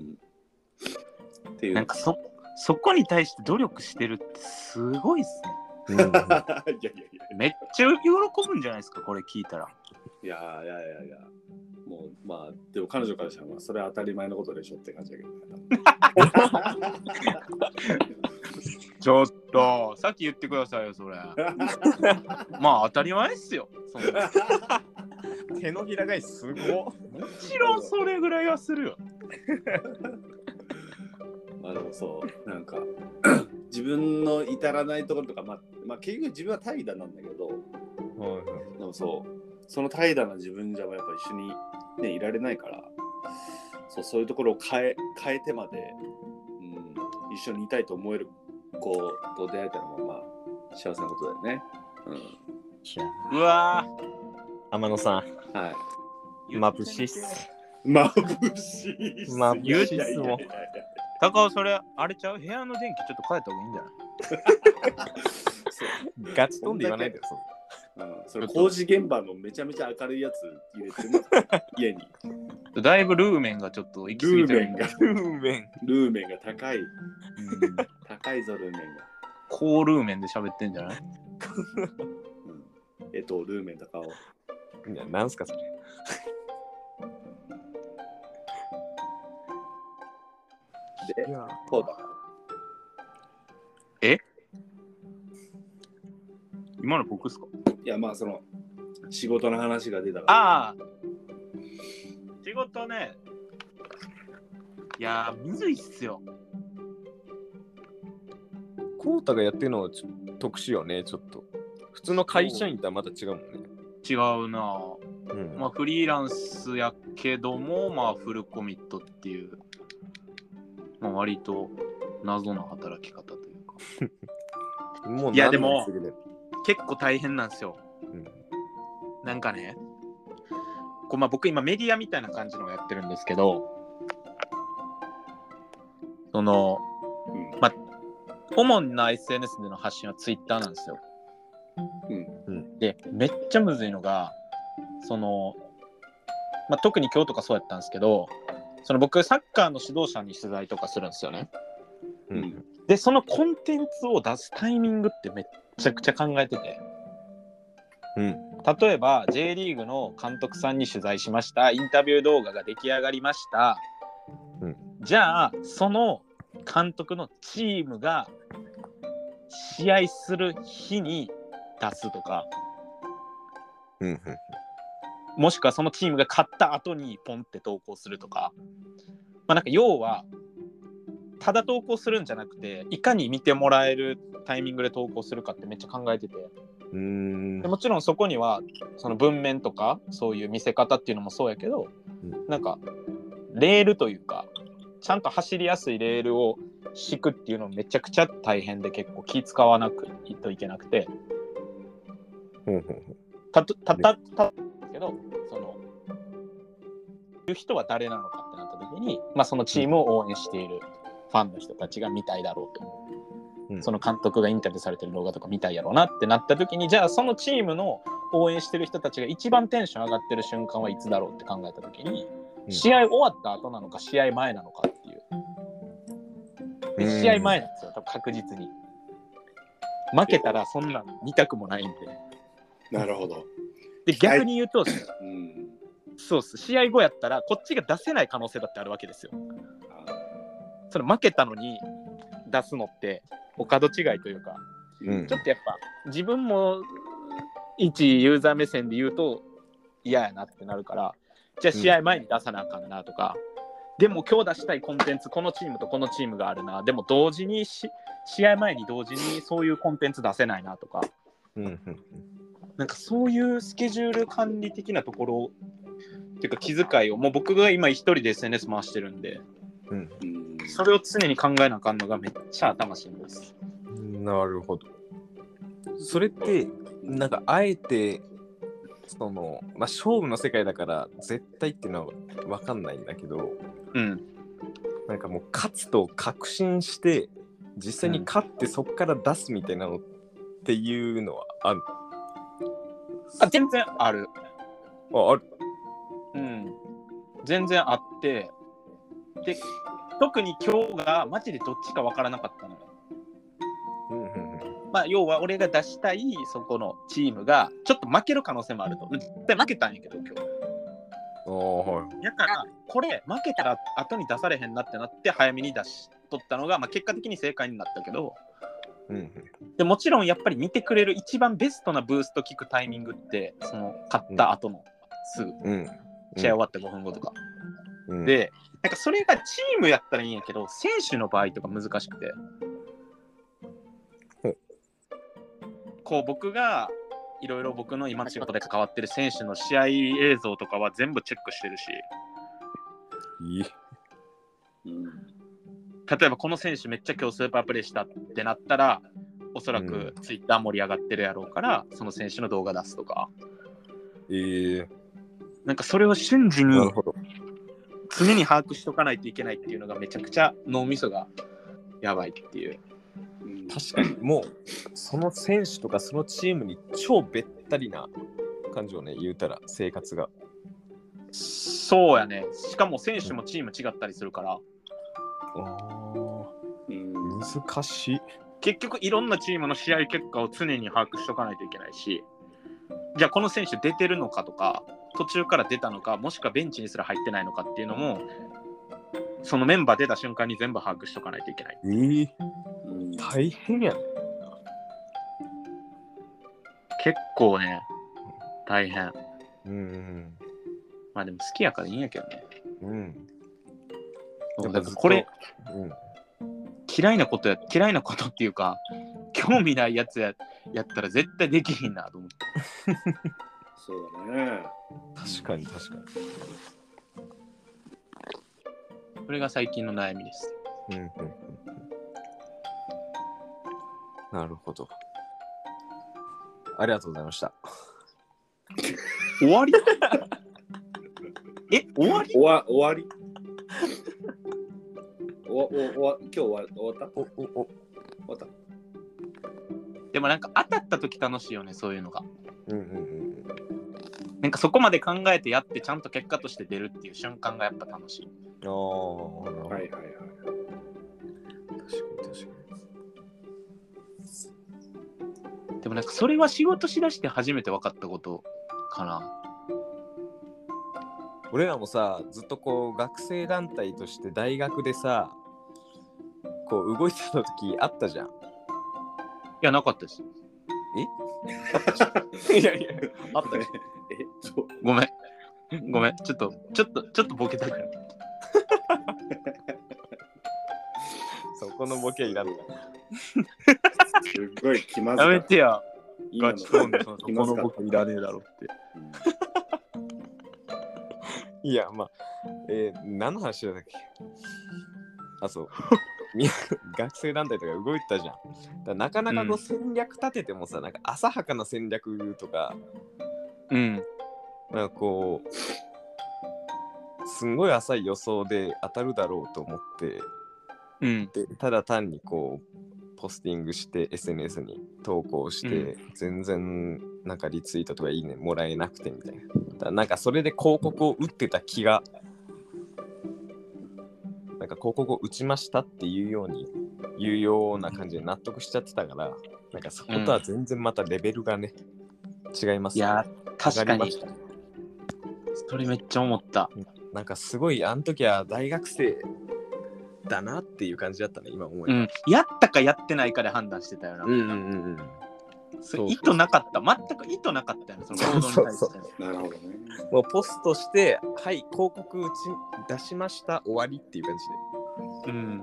っていうなんかそこに対して努力してるってすごいっすね。いやめっちゃ喜ぶんじゃないですかこれ聞いたら。 いやもうでも彼女からしたらそれは当たり前のことでしょって感じだけどね。 ちょっとさっき言ってくださいよそれ。まあ当たり前っすよ。 手のひら返しすごい。 もちろんそれぐらいはするよ。 でもそうなんか自分の至らないところとか結局自分は怠惰なんだけど、でもその怠惰な自分じゃやっぱ一緒に、ね、いられないからそういうところを変えてまで、一緒にいたいと思える子と出会えたのも幸せなことだよね。 うわ天野さん、 はい、 眩しいっす。 眩しいっす。 眩しいっすもん。 高尾それあれちゃう部屋の電気ちょっと変えた方がいいんじゃない？ ガチトンで言わないでよ。 それ工事現場のめちゃめちゃ明るいやつ入れてる家に。 だいぶルーメンがちょっと行き過ぎてる。 ルーメンが高い。高いぞルーメンが。 高ルーメンで喋ってんじゃない？ ルーメン高尾。 いやなんすかそれ。 で、こうだ。 今の僕っすか？ いやその仕事の話が出たから。 仕事ね。いやむずいっすよ。 コウタがやってるのは特殊よねちょっと。普通の会社員とはまた違うもんね。 違うな。フリーランスやけどもフルコミットっていう。割と謎の働き方というか。いやでも結構大変なんですよ。なんかね、僕今メディアみたいな感じのをやってるんですけど、主な SNS での発信は Twitter なんですよ。でめっちゃむずいのが特に今日とかそうやったんですけど。僕サッカーの指導者に取材とかするんですよね。でそのコンテンツを出すタイミングってめっちゃくちゃ考えてて、例えば J リーグの監督さんに取材しました。インタビュー動画が出来上がりました。じゃあその監督のチームが試合する日に出すとか、もしくはそのチームが勝った後にポンって投稿するとか、なんか要はただ投稿するんじゃなくていかに見てもらえるタイミングで投稿するかってめっちゃ考えてて、でもちろんそこにはその文面とかそういう見せ方っていうのもそうやけど、なんかレールというかちゃんと走りやすいレールを敷くっていうのめちゃくちゃ大変で結構気使わなくといけなくて、けどいう人は誰なのかってなった時に、そのチームを応援しているファンの人たちが見たいだろうと、その監督がインタビューされてる動画とか見たいやろうなってなった時に、じゃあそのチームの応援してる人たちが一番テンション上がってる瞬間はいつだろうって考えた時に、試合終わった後なのか試合前なのかっていう。で試合前なんですよ、多分確実に。負けたらそんなん見たくもないんで。 なるほど。 で逆に言うと、そうっす、試合後やったらこっちが出せない可能性だってあるわけですよ。その負けたのに出すのってお門違いというか、 ちょっとやっぱ自分も一ユーザー目線で言うと嫌やなってなるから、じゃあ試合前に出さなあかんなとか、でも今日出したいコンテンツこのチームとこのチームがあるな、でも同時に試合前に同時にそういうコンテンツ出せないなとか、なんかそういうスケジュール管理的なところっていうか気遣いを、もう僕が今一人で SNS 回してるんで、それを常に考えなあかんのがめっちゃ頭しんどいです。 なるほど。それってなんかあえてその、勝負の世界だから絶対っていうのは分かんないんだけど、なんかもう勝つと確信して実際に勝ってそこから出すみたいなのっていうのはある？ 全然ある。 ある。 全然あって、で特に今日がマジでどっちか分からなかったのよ。要は俺が出したいそこのチームがちょっと負ける可能性もあると。絶対負けたんやけど今日。だからこれ負けたら後に出されへんなってなって早めに出しとったのが、結果的に正解になったけど、でもちろんやっぱり見てくれる一番ベストなブースト聞くタイミングってその勝った後のすぐ、試合終わって5分後とか、でなんかそれがチームやったらいいんやけど選手の場合とか難しくて、こう僕がいろいろ僕の今の仕事で関わってる選手の試合映像とかは全部チェックしてるし、例えばこの選手めっちゃ今日スーパープレーしたってなったらおそらくツイッター盛り上がってるやろうから、その選手の動画出すとか、なんかそれを瞬時に常に把握しとかないといけないっていうのがめちゃくちゃ脳みそがやばいっていう。 確かにもうその選手とかそのチームに超べったりな感じをね、言うたら生活が。 そうやね。しかも選手もチーム違ったりするから、 難しい。 結局いろんなチームの試合結果を常に把握しとかないといけないし、じゃあこの選手出てるのかとか途中から出たのか、もしくはベンチにすら入ってないのかっていうのもそのメンバー出た瞬間に全部把握しとかないといけない。 大変やね。 結構ね大変。でも好きやからいいんやけどね。だからこれ、嫌いなことっていうか興味ないやつやったら絶対できひんなと思って。 そうだね。 確かに。 これが最近の悩みです。 なるほど。ありがとうございました。 終わり？終わり？ 終わり？今日終わった？ でもなんか当たった時楽しいよね、そういうのが。なんかそこまで考えてやってちゃんと結果として出るっていう瞬間がやっぱ楽しい。 はい。確かに。 でもなんかそれは仕事しだして初めて分かったことかな。 俺らもさ、ずっとこう学生団体として大学でさ、こう動いてた時あったじゃん。いや、なかったです。いやあったね。ごめんちょっとボケたから。 そこのボケいらんの。 すごい気まずい。 やめてや。ガチコンでそこのボケいらねえだろって。 いや、何の話だったっけ？そう学生団体とか動いてたじゃん。だなかなかこう戦略立ててもさ、なんか浅はかな戦略とか、なんかこうすんごい浅い予想で当たるだろうと思って、でただ単にこうポスティングして SNS に投稿して、全然なんかリツイートとかいいねもらえなくてみたいな。だなんかそれで広告を打ってた気が、なんか広告を打ちましたっていうような感じで納得しちゃってたから、なんかそことは全然またレベルがね、違いますね。 いや確かにそれめっちゃ思った。 なんかすごいあの時は大学生たなっていう感じだったね、今思えば、やったかやってないかで判断してたよな。意図なかった。全く意図なかったよね、その行動に対して。 なるほどね。 もうポストして、はい、広告出しました、終わりっていう感じで。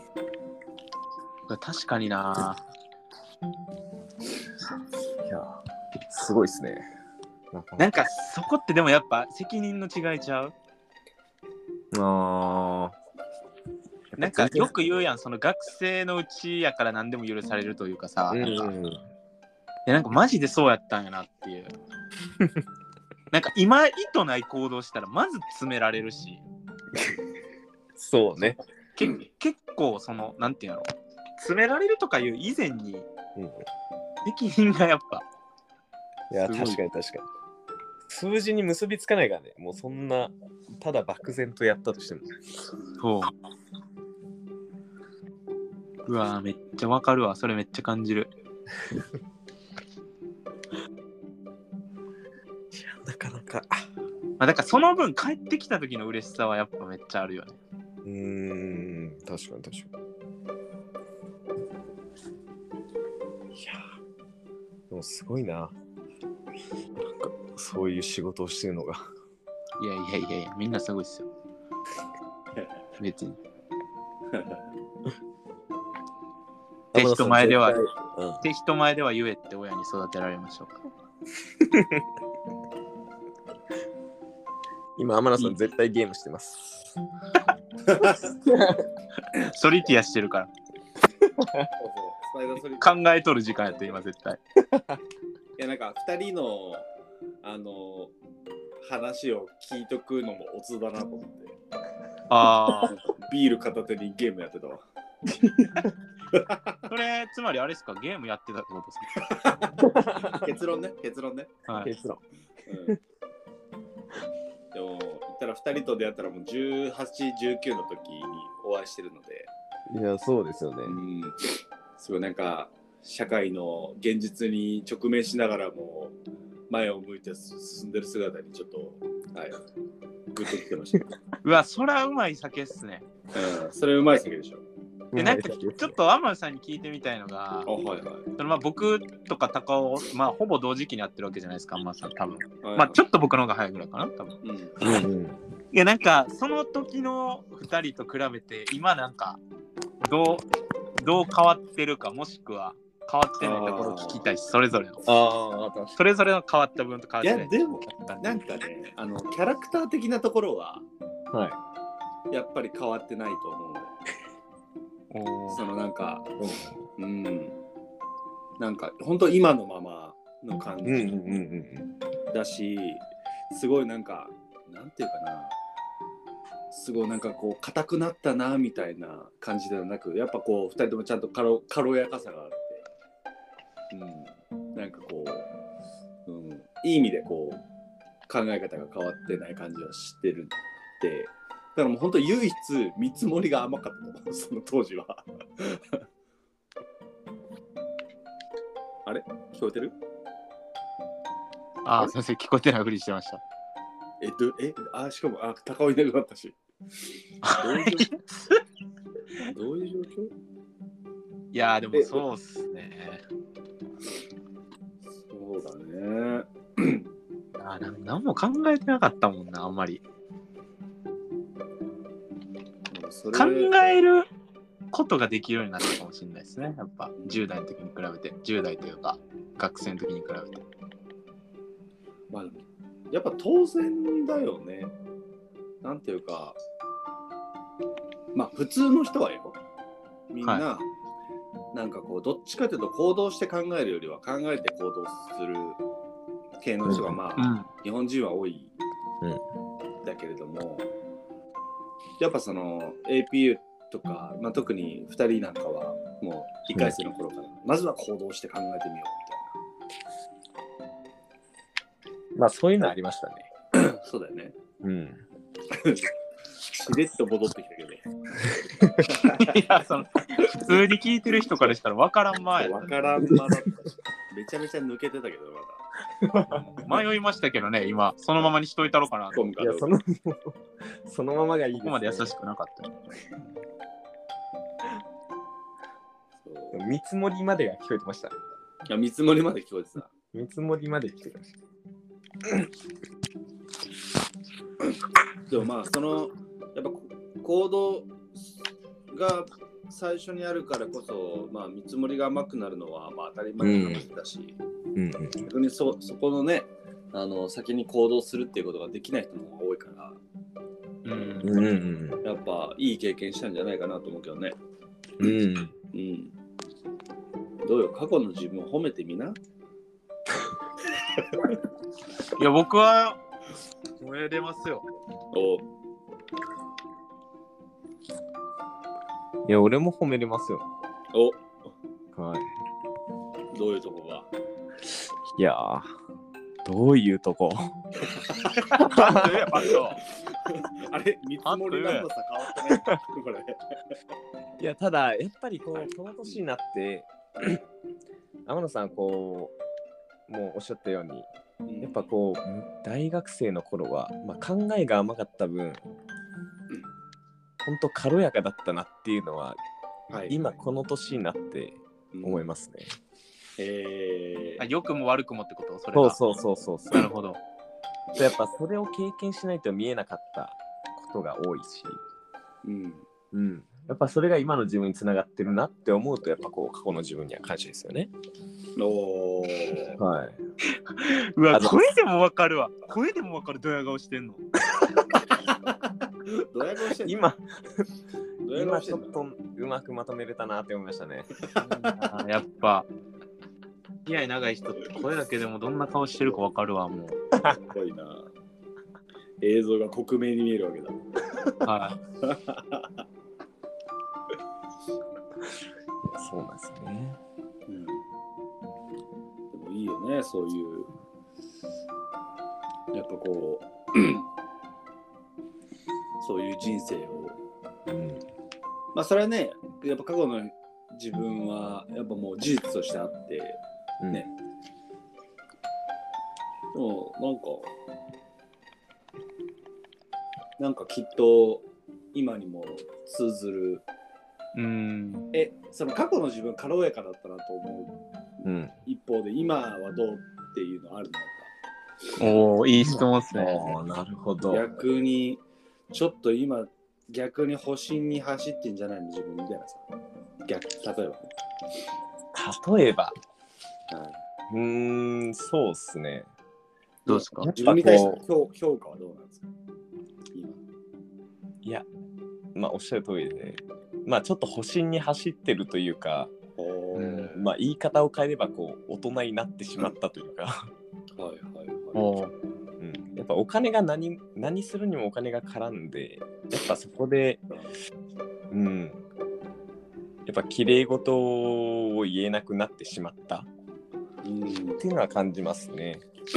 確かにな。 いや、すごいっすね。 なんかそこってでもやっぱ責任の違いちゃう？なんかよく言うやん、その学生のうちやから何でも許されるというかさ、なんかマジでそうやったんやなっていう。なんか今意図ない行動したらまず詰められるし。 そうね。 結構そのなんていうの、詰められるとかいう以前に、責任がやっぱ。 いや、確かに。数字に結びつかないからね。もうそんな、ただ漠然とやったとしても。 そう。うわめっちゃわかるわ。それめっちゃ感じる。 いや、なかなか。 だからその分帰ってきた時の嬉しさはやっぱめっちゃあるよね。 確かに。いや、でもすごいな。なんかそういう仕事をしてるのが。 いや、みんなすごいっすよ。別に。手人前では言えって親に育てられましょうか。 今、天野さん絶対ゲームしてます。 ソリティアしてるから。考えとる時間やって今絶対。 いやなんか2人の話を聞いとくのもオツだなと思って。ビール片手にゲームやってたわ。 それつまりあれですか、ゲームやってたってことですか？ 結論ね。 はい、 結論。 でも言ったら2人と出会ったらもう18、19の時にお会いしてるので。 いや、そうですよね。 すごいなんか社会の現実に直面しながらも前を向いて進んでる姿にちょっとグッときてました。 うわ、そらうまい酒っすね。 それうまい酒でしょ。 でなんかちょっと天野さんに聞いてみたいのが、その僕とか高尾、ほぼ同時期にやってるわけじゃないですか、天野さん多分。ちょっと僕の方が早いぐらいかな、多分。いやなんかその時の2人と比べて今なんかどう変わってるか、もしくは変わってないところを聞きたいし、それぞれのそれぞれの変わった分と変わってない。 いやでもなんかね、キャラクター的なところは、やっぱり変わってないと思う。そのなんか、なんか本当今のままの感じだし、すごいなんかなんていうかな、すごいなんかこう硬くなったなみたいな感じではなく、やっぱこう2人ともちゃんと軽やかさがあって、なんかこう、いい意味でこう考え方が変わってない感じはしてるんで。だからもう本当唯一見積もりが甘かったと思う、その当時は。あれ聞こえてる？ 先生聞こえてないふりしてました。 しかも高尾いなくなったし。どういう状況？ いやでもそうっすね。 そうだね。 何も考えてなかったもんな、あんまり。考えることができるようになったかもしれないですね。やっぱ10代の時に比べて、10代というか学生の時に比べて。 やっぱ当然だよね。なんていうか、普通の人はよ、みんな、なんかこうどっちかというと行動して考えるよりは考えて行動する系の人が日本人は多いだけれども。やっぱその APU とか、特に2人なんかはもう1回生の頃からまずは行動して考えてみようみたいな。 そういうのありましたね。 そうだよね。しれっと戻ってきたけど。 いや、普通に聞いてる人からしたら分からんまや。 分からんまだったし、めちゃめちゃ抜けてたけどまだ。 迷いましたけどね、今そのままにしといたろうかなと。 いやそのままがいいです、ね。 ここまで優しくなかった。 見積もりまでが聞こえてました。 見積もりまで聞こえてた。 見積もりまで聞こえてました。 でもまあそのやっぱ行動が最初にあるからこそ、まあ、見積もりが甘くなるのはまあ当たり前の話だし、逆にそこのね先に行動するっていうことができない人の方が多いから、やっぱいい経験したんじゃないかなと思うけどね。どうよ、過去の自分を褒めてみな。 いや、僕は褒めれますよ。 いや、俺も褒めれますよ。はい。 どういうとこが？ いやどういうとこあれ、見積もりなんかさ変わってないこれ。 いや、ただ、やっぱりこの年になって、天野さん、もうおっしゃったように、やっぱ大学生の頃は、まあ、考えが甘かった分、本当軽やかだったなっていうのは、今この年になって思いますね。 良くも悪くもってこと？それが。 そう。 なるほど。 やっぱそれを経験しないと見えなかったことが多いし、やっぱそれが今の自分につながってるなって思うと、やっぱ過去の自分には感謝ですよね。はい。 うわ、声でもわかるわ。声でもわかる。ドヤ顔してんの。 ドヤ顔してんの。 今ちょっとうまくまとめれたなって思いましたね。 やっぱ付き合い長い人って声だけでもどんな顔してるかわかるわ。もうすごいな。映像が克明に見えるわけだ。 はい。 そうなんですね。 でもいいよね、そういうやっぱそういう人生を、まあそれはね、やっぱ過去の自分はやっぱもう事実としてあってね、でもなんかきっと今にも通ずる。その過去の自分軽やかだったなと思う、一方で今はどうっていうのあるのか。 いい質問ですね。 なるほど。 逆にちょっと今逆に保身に走ってんじゃないの自分みたいなさ。 例えばそうっすね。 どうですか？ 自分に対しての評価はどうなんですか今？ いや、まあおっしゃる通りで、まあちょっと保身に走ってるというか、まあ言い方を変えれば大人になってしまったというかやっぱお金が何するにもお金が絡んで、やっぱそこでやっぱ綺麗事を言えなくなってしまったっていうのは感じますね。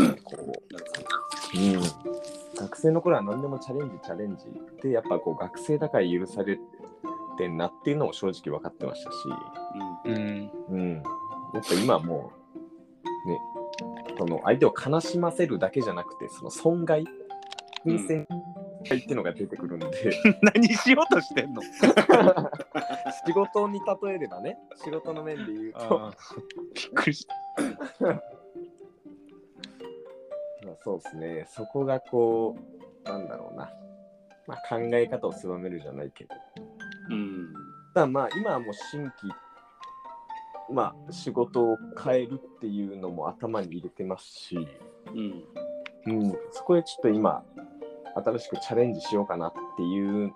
学生の頃は何でもチャレンジで、やっぱ学生だから許されてんなっていうのも正直分かってましたし、やっぱ今もうね、その相手を悲しませるだけじゃなくて、その損害、金銭っていうのが出てくるんで何しようとしてんの？ 仕事に例えればね、仕事の面で言うとびっくりしたそうですね、そこがなんだろうな、まあ、考え方を狭めるじゃないけど、ただまあ今はもう新規、まあ仕事を変えるっていうのも頭に入れてますし、そこでちょっと今新しくチャレンジしようかなっていう、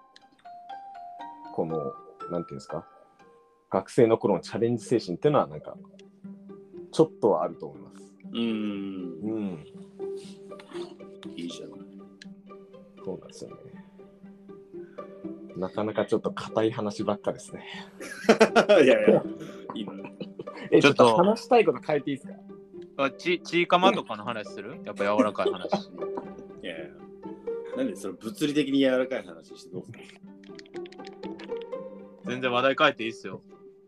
なんていうんですか、学生の頃のチャレンジ精神っていうのはなんかちょっとはあると思います。 いいじゃない。 そうなんですよね。なかなかちょっと硬い話ばっかですね。 いやいいの。 ちょっと話したいこと変えていいですか？ ちいかまとかの話する？やっぱ柔らかい話。 いやなんでその物理的に柔らかい話してどうする？ 全然話題変えていいっすよ。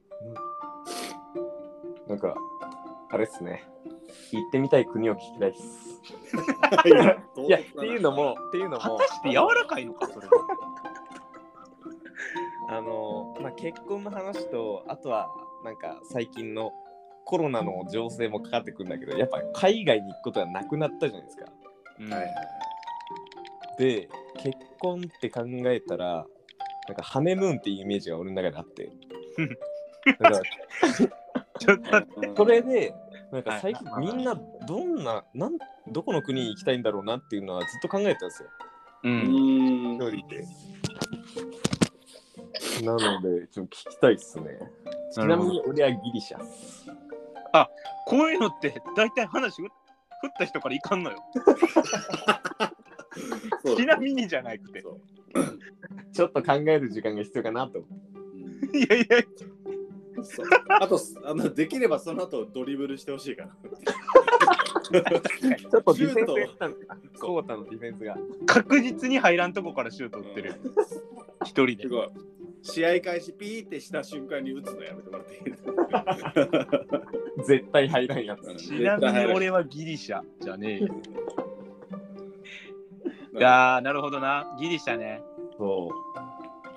なんかあれっすね。行ってみたい国を聞きたいっす。いやっていうのも果たして柔らかいのかそれは。 まあ、結婚の話と、あとはなんか最近のコロナの情勢もかかってくるんだけど、やっぱ海外に行くことはなくなったじゃないですか。 はいはい。 で、結婚って考えたら、なんかハネムーンっていうイメージが俺の中であって。だからちょっと待って。 それで、なんか最近みんなどこの国に行きたいんだろうなっていうのはずっと考えてたんですよ。一人で。なので、ちょっと聞きたいっすね。ちなみに俺はギリシャ。 あ、こういうのって大体話振った人からいかんのよ。ちなみにじゃなくて。 ちょっと考える時間が必要かなと思う。いやいや。 そうあとできればその後ドリブルしてほしいかな。 ちょっとディフェンスやったんですか。コータのディフェンスが確実に入らんとこからシュート打ってる。一人で。 試合開始ピーってした瞬間に打つのやめてもらっていい？ 絶対入らんやつ。 ちなみに俺はギリシャじゃねえよ。いやー、なるほどな。ギリシャね。 そう。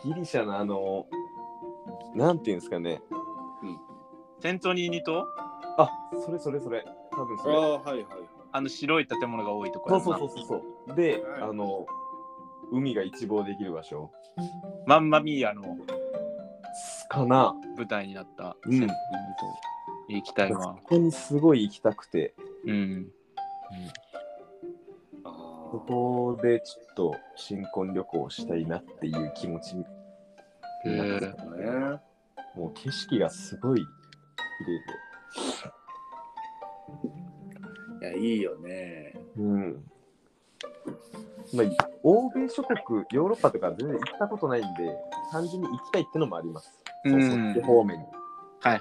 ギリシャのなんていうんですかね。 セントニーニ島？ あ、それ。多分それ。 はいはい。 白い建物が多いところ。 そう。で、海が一望できる場所。 マンマミーアのかな舞台になったセントニーニ島。行きたいわ。 ここにすごい行きたくて。そこでちょっと新婚旅行したいなっていう気持ちになってたね。もう景色がすごい綺麗で。いや、いいよね。 まあ、欧米諸国、ヨーロッパとか全然行ったことないんで、単純に行きたいってのもあります。そっち方面に。 はい。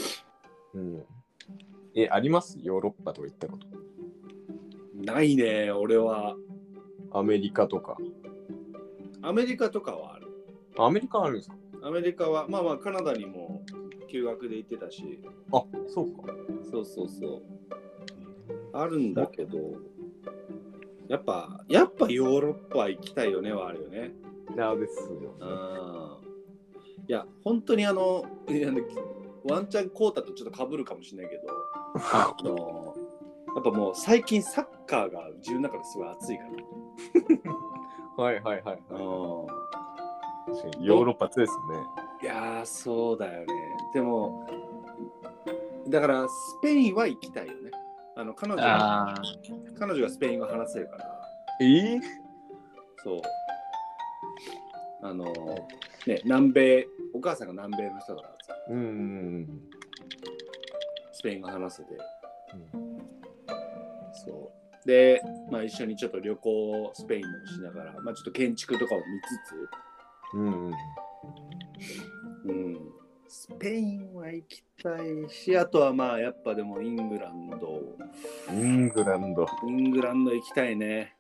ありますヨーロッパとか行ったこと？ ないね、俺は。 アメリカとか。 アメリカとかはある。 アメリカあるんですか？ アメリカは、まあカナダにも休学で行ってたし。 あ、そうか。 そう。あるんだけど、やっぱヨーロッパ行きたいよねはあるよね。 ですよ。いや、本当にワンチャンコータとちょっと被るかもしれないけど、やっぱもう最近サッカーが自分の中ですごい熱いから。 はい。ヨーロッパ強いですね。 いやー、そうだよね。でも、だからスペインは行きたいよね。彼女がスペイン語話せるから。そう。南米、お母さんが南米の人だからさ。スペイン語話せて。そう。で、まあ一緒にちょっと旅行スペインでもしながら、まあちょっと建築とかを見つつ、スペインは行きたいし、あとはまあやっぱでもイングランド行きたいね。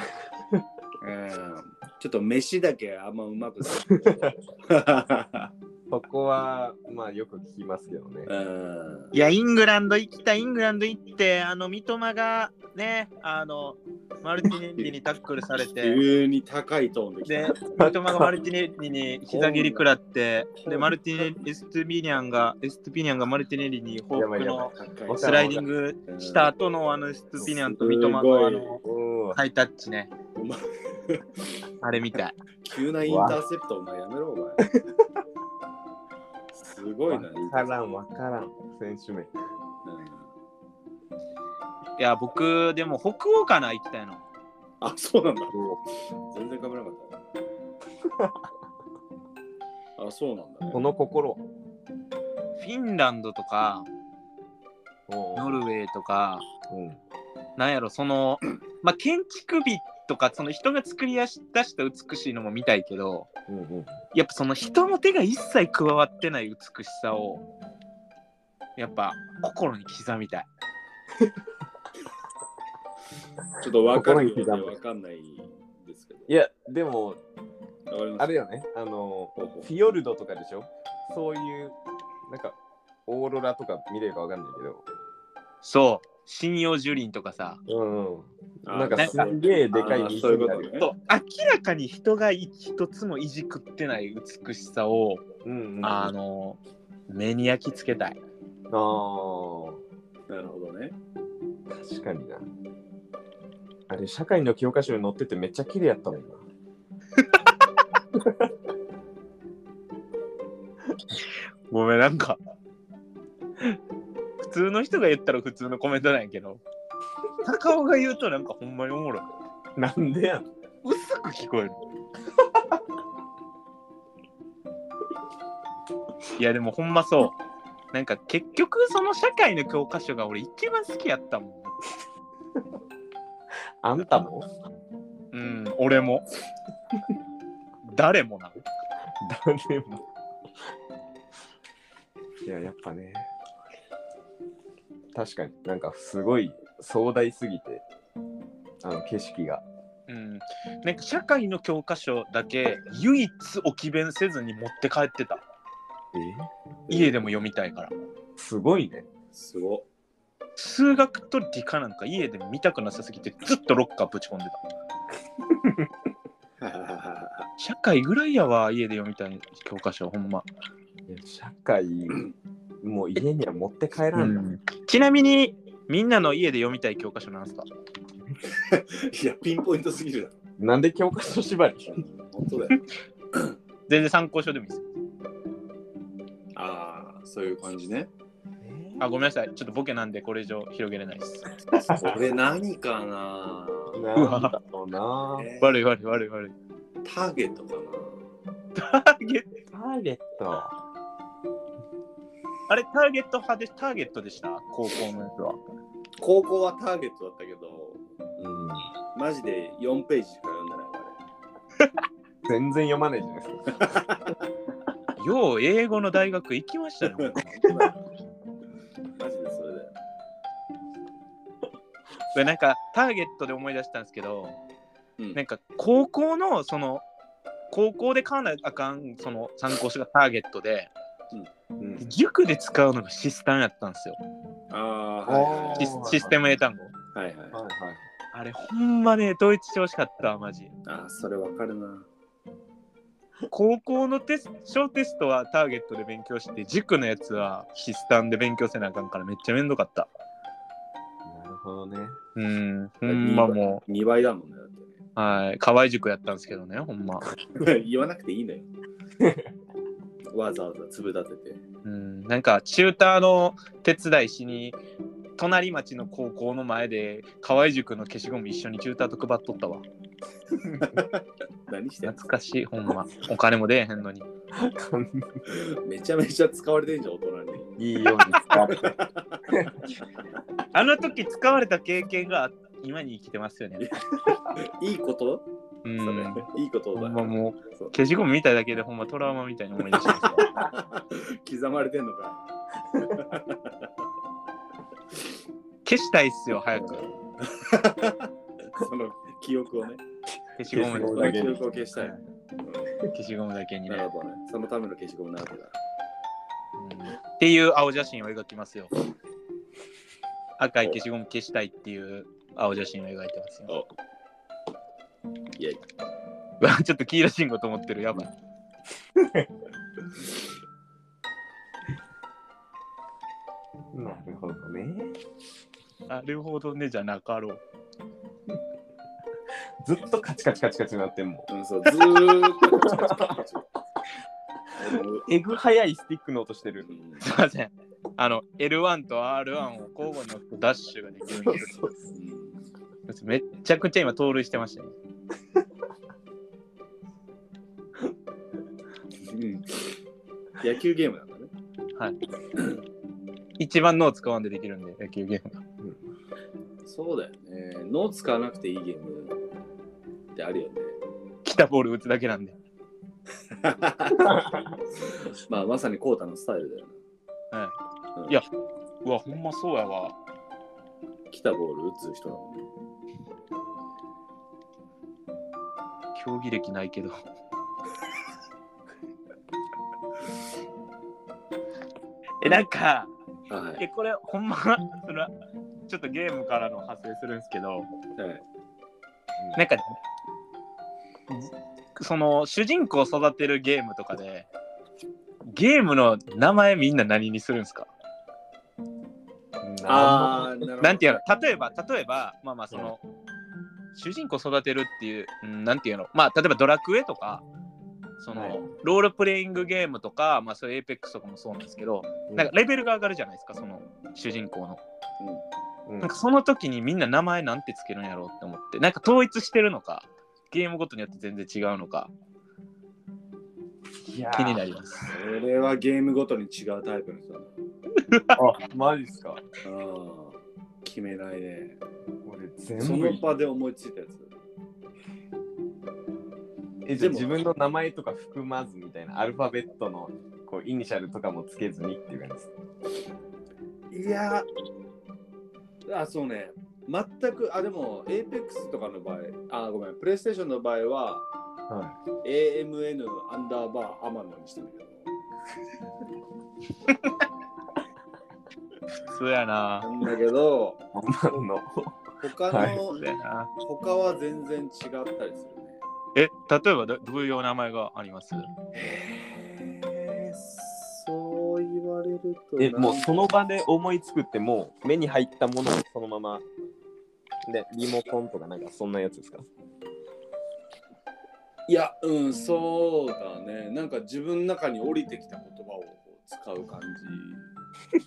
ちょっと飯だけあんまうまくない。 そこはまあよく聞きますけどね。 いや、イングランド行きたい。イングランド行って三笘がね、マルティネッリにタックルされて急に高いトーンで来た。で、三笘がマルティネッリに膝蹴り食らってで、エストゥピニャンがマルティネッリに報復のスライディングした後のエストゥピニャンと三笘のハイタッチね。あれみたい。 急なインターセプトお前やめろお前。すごいな。 わからん選手名。 いや、僕でも北欧かな、行きたいの。 あ、そうなんだ。全然かぶらなかった。あ、そうなんだ、ね。 この心。 フィンランドとかノルウェーとか、なんやろ、まあ、建築美とかその人が作り出した美しいのも見たいけど、やっぱその人の手が一切加わってない美しさをやっぱ心に刻みたい。 ちょっと分かるよね、分かんないですけど。 いや、でもあれよね、フィヨルドとかでしょ。そういうなんかオーロラとか見れるか分かんないけど、 そう針葉樹林とかさ、 なんかすげえでかい水そういうことね。明らかに人が一つもいじくってない美しさを、 目に焼き付けたい。 ああ、なるほどね。 確かにな。あれ、社会の教科書に載っててめっちゃ綺麗やったもんな。 ごめん、なんか普通の人が言ったら普通のコメントなんやけど、高尾が言うとなんかほんまにおもろい。 なんでやん。 薄く聞こえる。いやでもほんまそう。なんか結局その社会の教科書が俺一番好きやったもん。 あんたも？ うん、俺も。誰もな。 誰も。いや、やっぱね。確かになんかすごい壮大すぎて、景色が。 うん。なんか社会の教科書だけ唯一置き弁せずに持って帰ってた。家でも読みたいから。 すごいね。 すご。 数学と理科なんか家で見たくなさすぎてずっとロッカーぶち込んでた。社会ぐらいやわ、家で読みたい教科書ほんま。 社会もう家には持って帰らんの、 ちなみにみんなの家で読みたい教科書なんすか？ いや、ピンポイントすぎるな。なんで教科書縛り？ 本当だよ。 全然参考書でもいいです。 ああ、そういう感じね。 あ、ごめんなさい。ちょっとボケなんでこれ以上広げれないです。 これ何かな。 なんだろうな。 悪い。ターゲットかな。ターゲット。あれ、ターゲット派でターゲットでした？高校のやつは。 高校はターゲットだったけど、マジで4ページしか読んでないあれ。 全然読まないじゃないですか。 よう英語の大学行きましたね。 マジでそれだよ。 なんかターゲットで思い出したんですけど、なんか高校で買わなあかんその参考書がターゲットで、塾で使うのがシスタンやったんですよ。システム英単語。あれほんまね、統一してほしかったマジ。 それわかるな。 高校の小テストはターゲットで勉強して、塾のやつはシスタンで勉強せなあかんからめっちゃめんどかった。 なるほどね。 ほんまもう2倍だもんね。だってね。 はい、河合塾やったんですけどね、ほんま。 言わなくていいのよ。わざわざ粒立てて。 なんかチューターの手伝いしに隣町の高校の前で河合塾の消しゴム一緒にチューターと配っとったわ。 何してんの？ 懐かしい、ほんま。お金も出えへんのに。 めちゃめちゃ使われてんじゃん、大人に。 いいように使われて。 あの時使われた経験が今に生きてますよね。 いいこと？いいことだ。 もう消しゴム見ただけでほんまトラウマみたいに思い出しました。 刻まれてんのか。 消したいっすよ、早く。 その記憶をね。 消しゴムだけ記憶を消したい。 消しゴムだけにね。 なるほどね。そのための消しゴムなわけだ。 っていう青写真を描きますよ。赤い消しゴム消したいっていう青写真を描いてますよ。 イェイ。 ちょっと黄色信号と思ってる、やばい。 なるほどね。 なるほどねじゃなかろう。 ずっとカチカチなってんもん。 そう、ずーっとカチカチ。 エグ早いスティックの音してる。 すいません。L1 と R1 を交互に押すとダッシュができるんです。めっちゃくちゃ今盗塁してましたね。 野球ゲームなんだね。 はい。一番脳使わんでできるんで、野球ゲームが。 そうだよね。脳使わなくていいゲームってあるよね。 来たボール打つだけなんで。 まさにコータのスタイルだよな。はい。いや、うわ、ほんまそうやわ。 来たボール打つ人だもんね。 競技歴ないけど。なんか、これほんまそれはちょっとゲームからの派生するんですけど、なんか、その主人公を育てるゲームとかでゲームの名前みんな何にするんですか？なんていうの、例えばまあまあその、主人公育てるっていう、なんていうの、まあ例えばドラクエとかその、ロールプレイングゲームとか、まあそういうエイペックスとかもそうなんですけど、なんかレベルが上がるじゃないですか、その主人公の。なんかその時にみんな名前なんてつけるんやろうって思って、なんか統一してるのか、ゲームごとによって全然違うのか、気になります。 それはゲームごとに違うタイプの人だな。あ、マジっすか。 決めないね。 俺全部その場で思いついたやつ。 じゃあ自分の名前とか含まずみたいな、アルファベットのこうイニシャルとかもつけずにっていう感じです。 いや、そうね。全く、でも、Apex とかの場合、ごめん、プレイステーションの場合は、AMN アンダーバーアマノにしたんだけど。 普通やな。 なんだけど、他は全然違ったりするね。 例えばどういう名前があります？ そう言われると。 もうその場で思いつくってもう目に入ったものをそのままでリモコンとかなんかそんなやつですか？ いや、そうだね。なんか自分の中に降りてきた言葉を使う感じ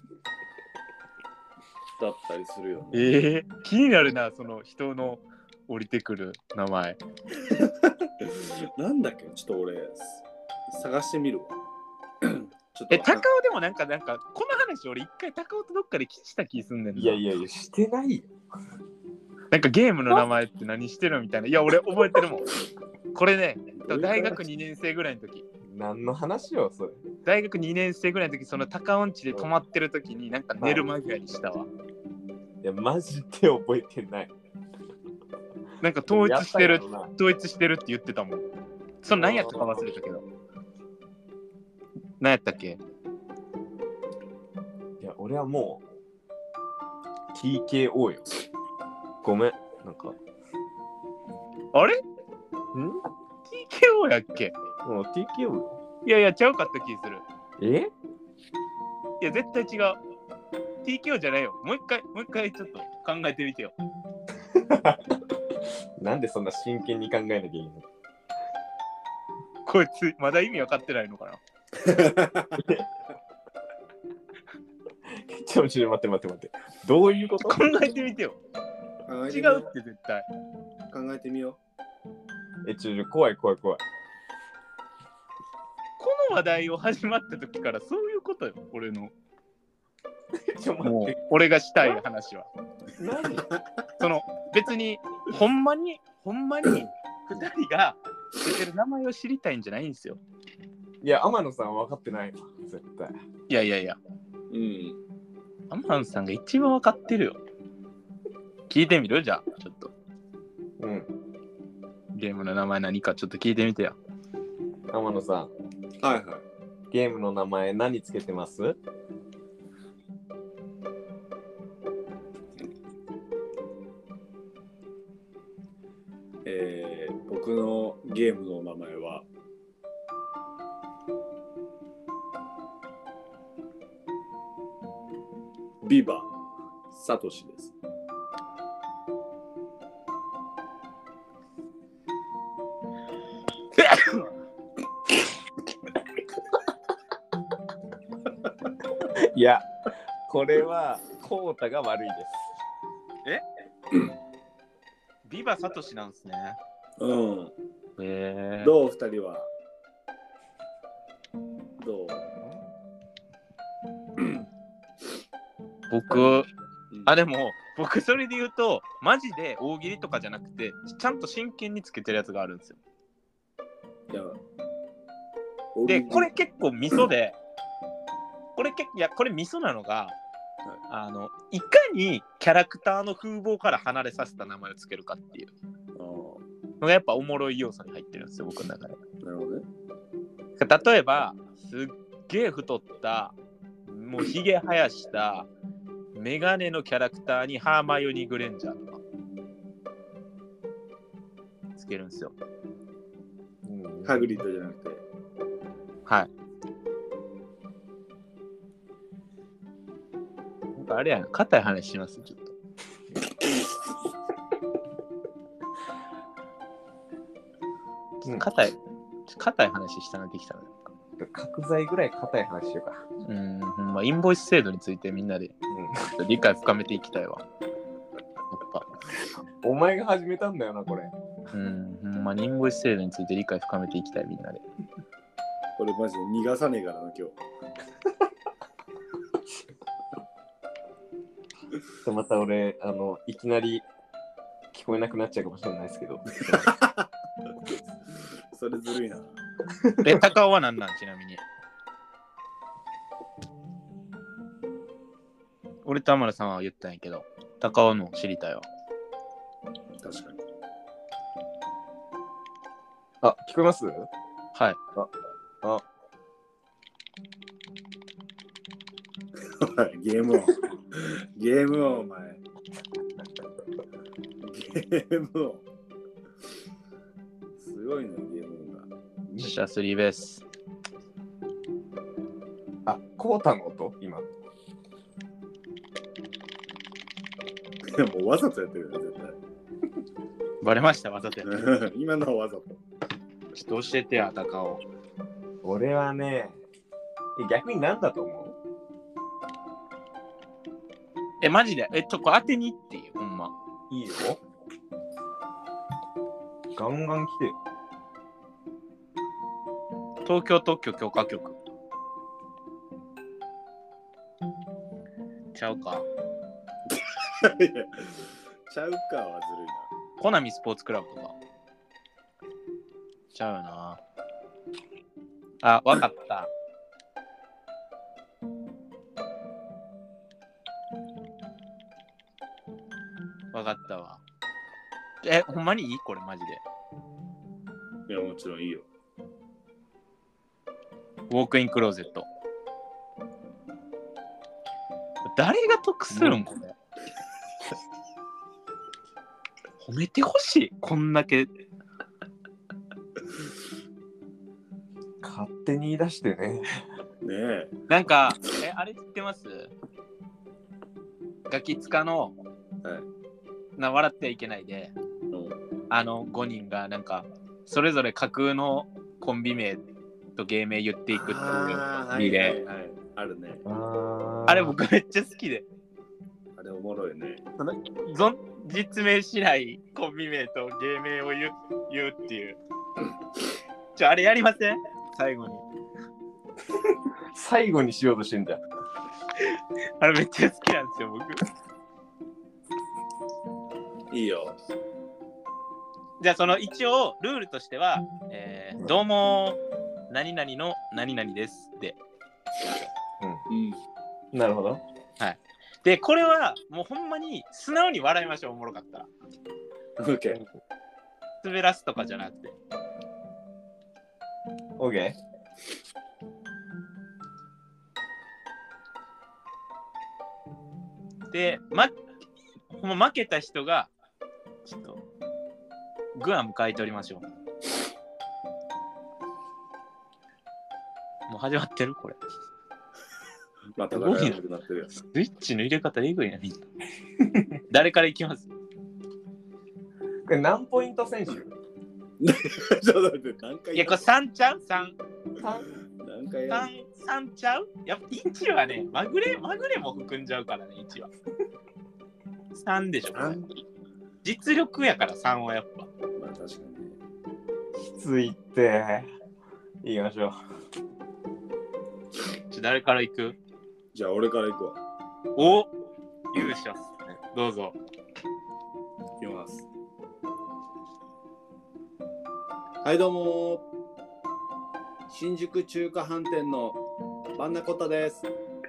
だったりするよね。 気になるな、その人の降りてくる名前。 なんだっけ、ちょっと俺探してみるわ。 高尾でもなんかこの話俺一回高尾とどっかでした気すんねんな。 いやしてないよ。 なんかゲームの名前って何してるみたいな。いや俺覚えてるもん。これね、大学2年生ぐらいの時。 何の話よそれ。 大学2年生ぐらいの時、その高尾んちで泊まってる時になんか寝る間際にしたわ。 いやマジで覚えてない。 なんか統一してるって言ってたもん。その何やったか忘れたけど。何やったっけ？ いや俺はもう TKO よ。ごめん、なんか。 あれ？TKO やっけ？ もう TKO よ。 いやちゃうかった気する。いや絶対違う。TKO じゃないよ。もう一回ちょっと考えてみてよ。 なんでそんな真剣に考えなきゃいけないの？ こいつまだ意味分かってないのかな？ ちょっと待って。どういうこと？ 考えてみてよ。違うって絶対。 考えてみよう。怖い。この話題を始まった時からそういうことよ、俺の。 もう俺がしたい話は。その別にほんまに2人が出てる名前を知りたいんじゃないんですよ。 いや、天野さんは分かってないわ、絶対。 いや。天野さんが一番分かってるよ。聞いてみる？じゃあ、ちょっと。ゲームの名前何かちょっと聞いてみてよ。 天野さん。 はい。 ゲームの名前何つけてます？ 僕のゲームの名前はビバサトシです。 いや、これはコウタが悪いです。 ビバサトシなんですね。 どう二人は？どう？ でも僕それで言うとマジで大喜利とかじゃなくてちゃんと真剣につけてるやつがあるんですよ。でこれ結構ミソでこれミソなのが、いかにキャラクターの風貌から離れさせた名前をつけるかっていうのがやっぱおもろい要素に入ってるんですよ、僕の中で。 なるほどね。 例えばすっげえ太ったもうひげ生やしたメガネのキャラクターにハーマイオニー・グレンジャーとかつけるんですよ。 ハグリッドじゃなくて。 はい。 かあれやな、硬い話します、ちょっと。硬い話したなってきたな。 角材ぐらい硬い話しようか。 ほんま、インボイス制度についてみんなで、理解深めていきたいわ。やっぱ。 お前が始めたんだよな、これ。 ほんまにインボイス制度について理解深めていきたい、みんなで。 これマジで逃がさねえからな、今日。 また俺、いきなり聞こえなくなっちゃうかもしれないですけど。 それずるいな。 高尾は何なんちなみに。俺と天野さんは言ったんやけど、高尾の知りたいわ。 確かに。 あ、聞こえます？ はい。 ゲームオン。ゲームオン、お前。ゲームオン。すごいね、ゲームオンが。 シャスリーベース。 あ、コータの音今。 でもわざとやってるよね、絶対。 バレました、わざとやってる。 今のはわざと。 ちょっと教えてや、高尾。 俺はね、逆に何だと思う？ マジでこれ当てにっていう、ほんま。 いいよ。ガンガン来てよ。 東京特許許可局。ちゃうか。 いやちゃうかはずるいな。 コナミスポーツクラブとか。ちゃうよな。あ、わかった。わかったわ。ほんまにいいこれマジで。 いや、もちろんいいよ。 ウォークインクローゼット。誰が得するんこれ。褒めてほしい。こんだけ。 勝手に言い出してね。 ねえ。 なんか、あれ知ってます？ガキ使の、笑ってはいけないで、5人がなんか、それぞれ架空のコンビ名と芸名言っていくっていうリレー。 あるね。 あれ僕めっちゃ好きで。 あれおもろいね。 実名しないコンビ名と芸名を言うっていう。あれやりません？最後に。 最後にしようとしてんじゃん。 あれめっちゃ好きなんですよ、僕。 いいよ。 じゃあその一応ルールとしては、どうも何々の何々ですって。 なるほど。 はい。で、これはもうほんまに素直に笑いましょう、おもろかったら。 OK。 滑らすとかじゃなくて。 OK。 で、負けた人が、ちょっと、グアム書いておりましょう。もう始まってるこれ。 また長くなってるやつ。 スイッチの入れ方えぐいな、みんな。誰からいきます？ これ何ポイント選手？ ちょっと待って、何回いや、これ3ちゃう ?3。 何回やる 3ちゃう？やっぱ1はね、まぐれも含んじゃうからね、1は。3でしょ、実力やから3はやっぱ。 まあ確かにね。 きついって。言いましょう。 誰から行く？ じゃあ俺から行くわ。 お、優勝。どうぞ。 いきます。はい、どうも。新宿中華飯店のバンナコッタです。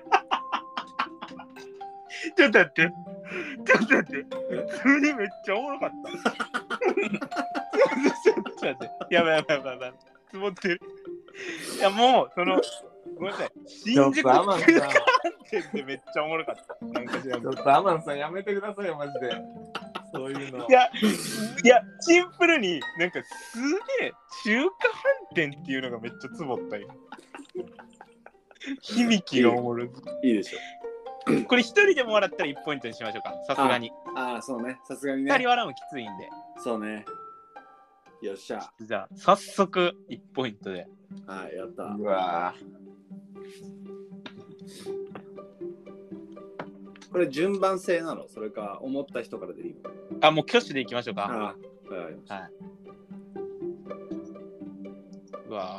ちょっと待って。普通にめっちゃおもろかった。ちょっと待って。やばい。積もってる。いや、もう、ごめんなさい。新宿中華飯店ってめっちゃおもろかった。なんかちょっとアマンさんやめてくださいよ、マジで。そういうの。 いや、シンプルになんかすげえ中華飯店っていうのがめっちゃツボったよ。響きがおもろい。 いいでしょ。 これ1人でも笑ったら1ポイントにしましょうか。さすがに。 ああ、そうね。さすがにね。 2人笑うのきついんで。 そうね。よっしゃ。 じゃあ、早速1ポイントで。 はい、やった。 うわこれ順番制なの？それか思った人からでいいの？ あ、もう挙手でいきましょうか。 ああ、わかりました。 はい。うわ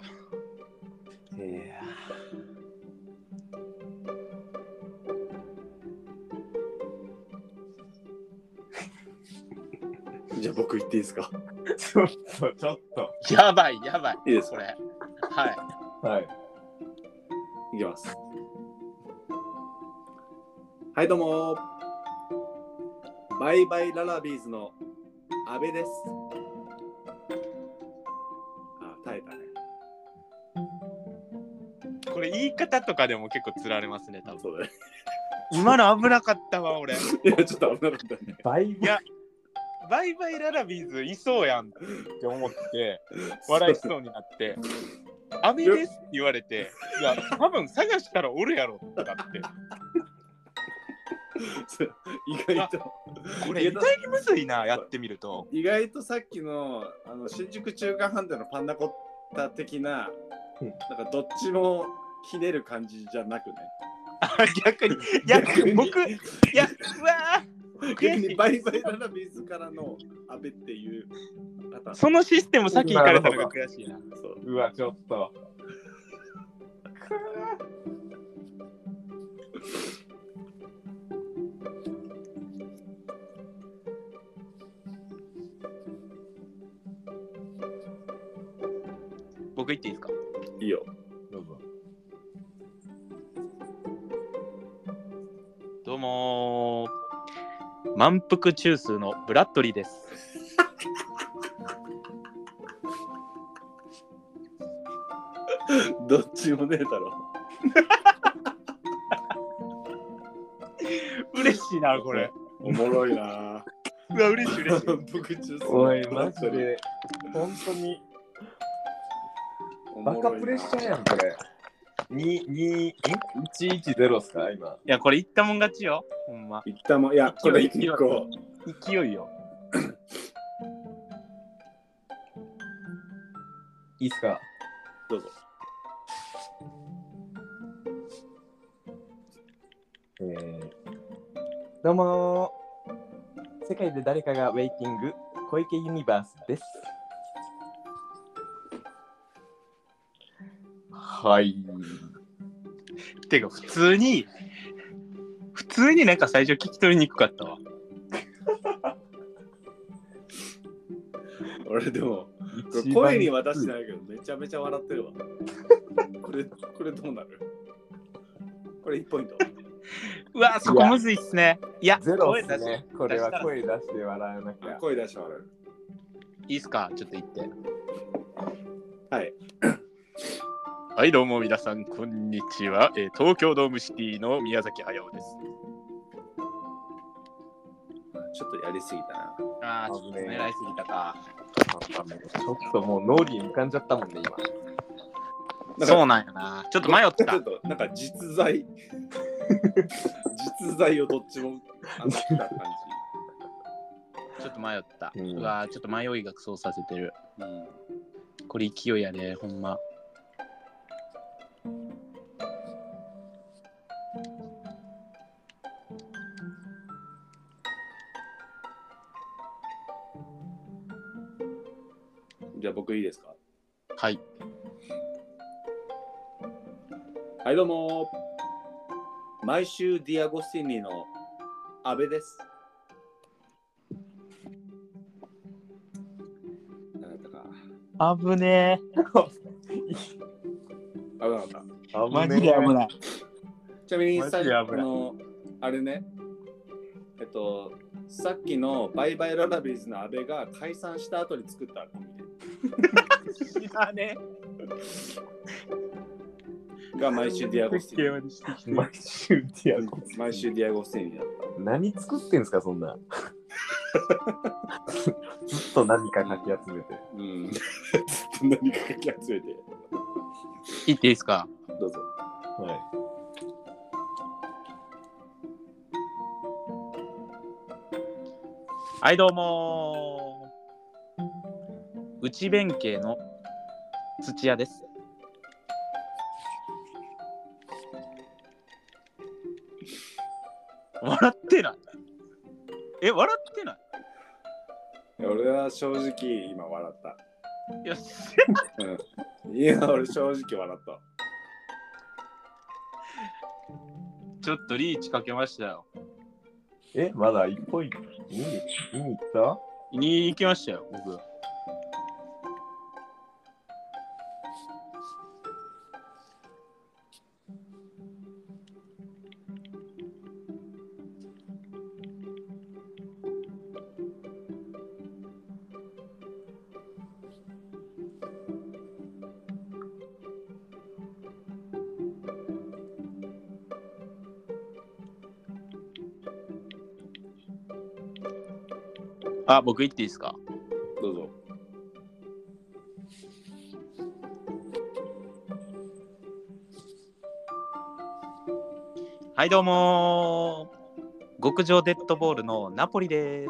じゃあ僕言っていいですか？ ちょっと。 やばい。 いいですか？ これ。はい。 はい。 いきます。はい、どうも。バイバイララビーズの阿部です。あ、耐えたね。 これ言い方とかでも結構つられますね、多分。 そうだね。 今の危なかったわ、俺。 いや、ちょっと危なかったね。 いや、バイバイララビーズいそうやんって思って笑いそうになって「アメです」って言われて「いや多分探したらおるやろ」ってなって意外とこれ意外にむずいな、やってみると。 意外とさっきの新宿中華飯店のパンナコッタ的な、なんかどっちもひねる感じじゃなくね。 逆に僕いやうわ逆にバイバイララビーズからの阿部っていう方。 そのシステム先行かれたのが悔しいな。 うわ、ちょっと。 僕言っていいですか？ いいよ。 どうぞ。 どうも満腹中枢のブラッドリーです。 どっちもねえだろ。 嬉しいな、これ。 おもろいな。 うわ、嬉しい。 おい、マジで、本当に。バカプレッシャーやん、これ。110っすか、今。 いや、これ言ったもん勝ちよ。ほんま。 言ったもん、いや、これ一個。 勢いよ。 いいっすか？ どうぞ。 どうもー。世界で誰かがウェイティング、小池ユニバースです。はい。 てか、普通になんか最初聞き取りにくかったわ。 俺でも、声には出してないけど、めちゃめちゃ笑ってるわ。これどうなる？これ1ポイント。 うわ、そこむずいっすね。いや、 ゼロっすね。これは声出して笑わなきゃ。 声出して笑う。 いいっすか？ちょっと言って。 はい。 はい、どうも皆さん、こんにちは。東京ドームシティの宮崎駿です。 ちょっとやりすぎたな。 ああ、ちょっと狙いすぎたか。 ちょっともう脳裏に浮かんじゃったもんね、今。 そうなんやな。ちょっと迷った。 ちょっとなんか実在をどっちも来た感ちょっと迷った。うわ、ちょっと迷いがそうさせてる。これ勢いやね、ほんま。 じゃあ僕いいですか？ はい。 はい、どうも。毎週ディアゴスティーニの阿部です。何だったか。 危ねえ。 危なかった。 マジで危ない。 ちなみに最初あれね、さっきのバイバイララビーズの阿部が解散した後に作ったコンビ知らねが毎週ディアゴスティーニ。 毎週ディアゴスティーニ。 毎週ディアゴスティーニだった。 何作ってんすか、そんな。ずっと何かかき集めて。 ずっと何かかき集めて。 言っていいですか？ どうぞ。 はい。 はいどうも内弁慶の土屋です。笑ってない。笑ってない。 俺は正直今笑った。 いや、 いや俺正直笑った。 ちょっとリーチかけましたよ。 まだ1ポイント。2いった ?2 行きましたよ、僕。僕言っていいですか？ どうぞ。 はいどうも極上デッドボールのナポリです。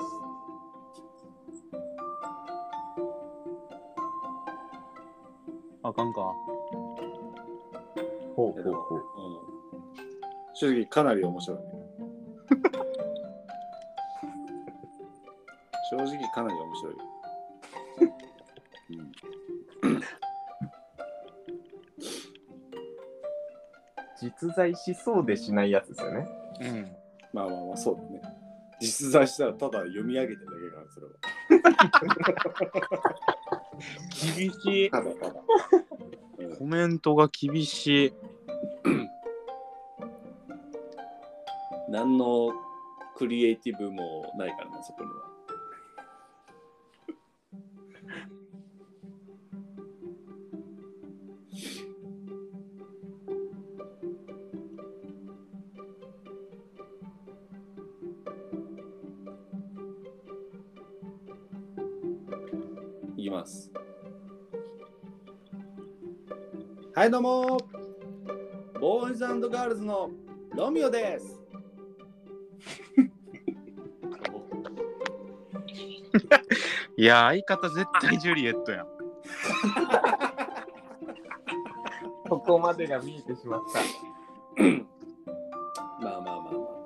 あかんか。 ほう。 正直かなり面白いね。正直かなり面白い。 実在しそうでしないやつですよね。 まあそうだね。実在したらただ読み上げてるだけからそれは。 厳しい。 ただ。 コメントが厳しい。 何のクリエイティブもないからな、そこには。いきます。はいどうもボーイズ&ガールズのロミオです。 いや相方絶対ジュリエットやん。 ここまでが見えてしまった。 まあ。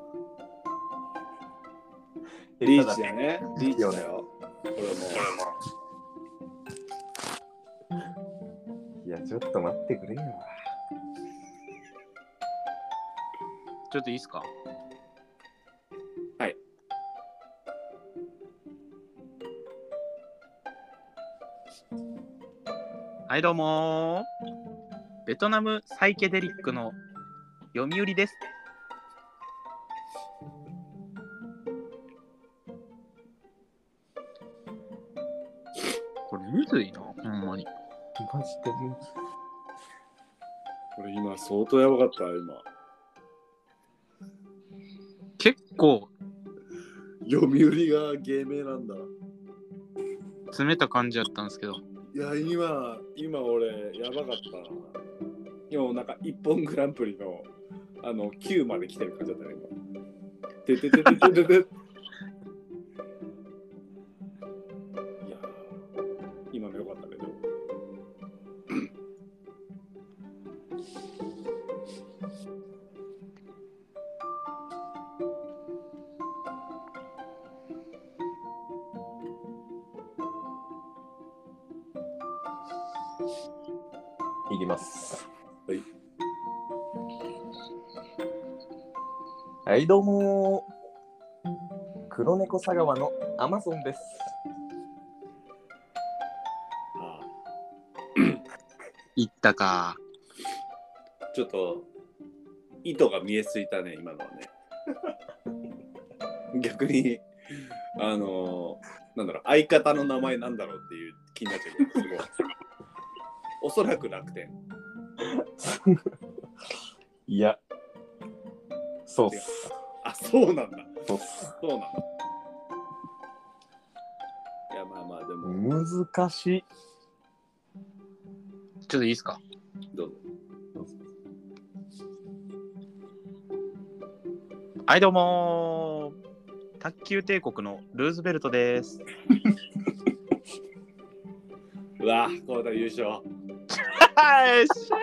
リーチだね。リーチだよ。これも。 いやちょっと待ってくれよ。 ちょっといいっすか？ はい。 はいどうもベトナムサイケデリックの読売です。 これむずいな、ほんまに。 マジでむずい。 これ今相当やばかった、今。 結構読売が芸名なんだ。 詰めた感じやったんですけど。 いや今俺やばかったな。今なんか一本グランプリの9まで来てる感じだったね今。て。いや今のよかったけど。 いきます。 はい。 はいどうも黒猫佐川のアマゾンです。 いったか。 ちょっと意図が見えすぎたね今のはね。逆になんだろう、相方の名前なんだろうっていう気になっちゃうけど、すごい。おそらく楽天。 いや、そうっす。 あ、そうなんだ。 そうっす。 そうなんだ。いや、まあでも。 難しい。 ちょっといいですか？ どうぞ。 はいどうも卓球帝国のルーズベルトです。 うわ、これだ優勝。 はい、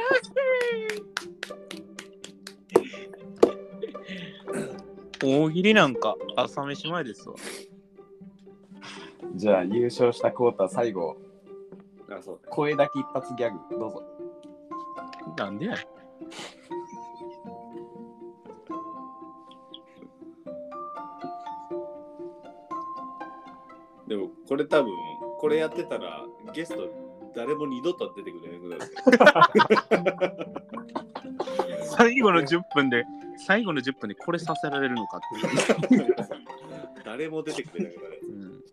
大喜利なんか朝飯前ですわ。 じゃあ優勝したコータ最後。 あ、そう。 声だけ一発ギャグどうぞ。 なんでや。 でもこれ多分これやってたらゲスト誰も二度と出てくれなくなる。 最後の10分でこれさせられるのかっていう。 誰も出てくれなくなる。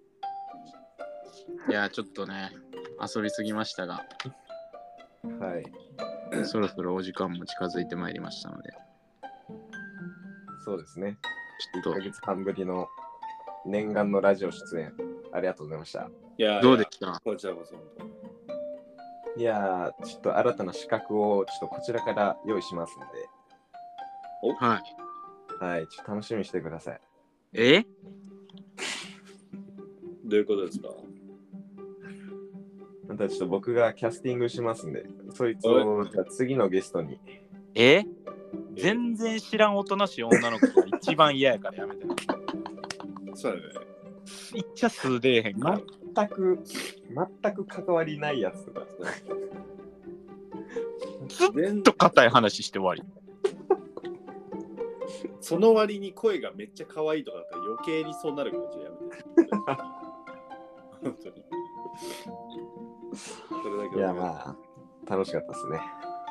いやちょっとね遊びすぎましたが、 はい。 そろそろお時間も近づいてまいりましたので。 そうですね。 ちょっと 1ヶ月半ぶりの念願のラジオ出演ありがとうございました。 いやどうでした？ こちらこそ。 いやちょっと新たな資格をちょっとこちらから用意しますので。 はい。 はい、ちょっと楽しみにしてください。 どういうことですか？ またちょっと僕がキャスティングしますんで、そいつをじゃあ次のゲストに。 全然知らんおとなしい女の子が一番嫌やからやめて。 そうだね。 いっちゃ数出えへんから。 全く関わりないやつとか。 ずっと硬い話して終わり。 その割に声がめっちゃ可愛いとかだったら余計にそうなるからじゃやめて。本当に。それだけ。 いやまあ楽しかったですね。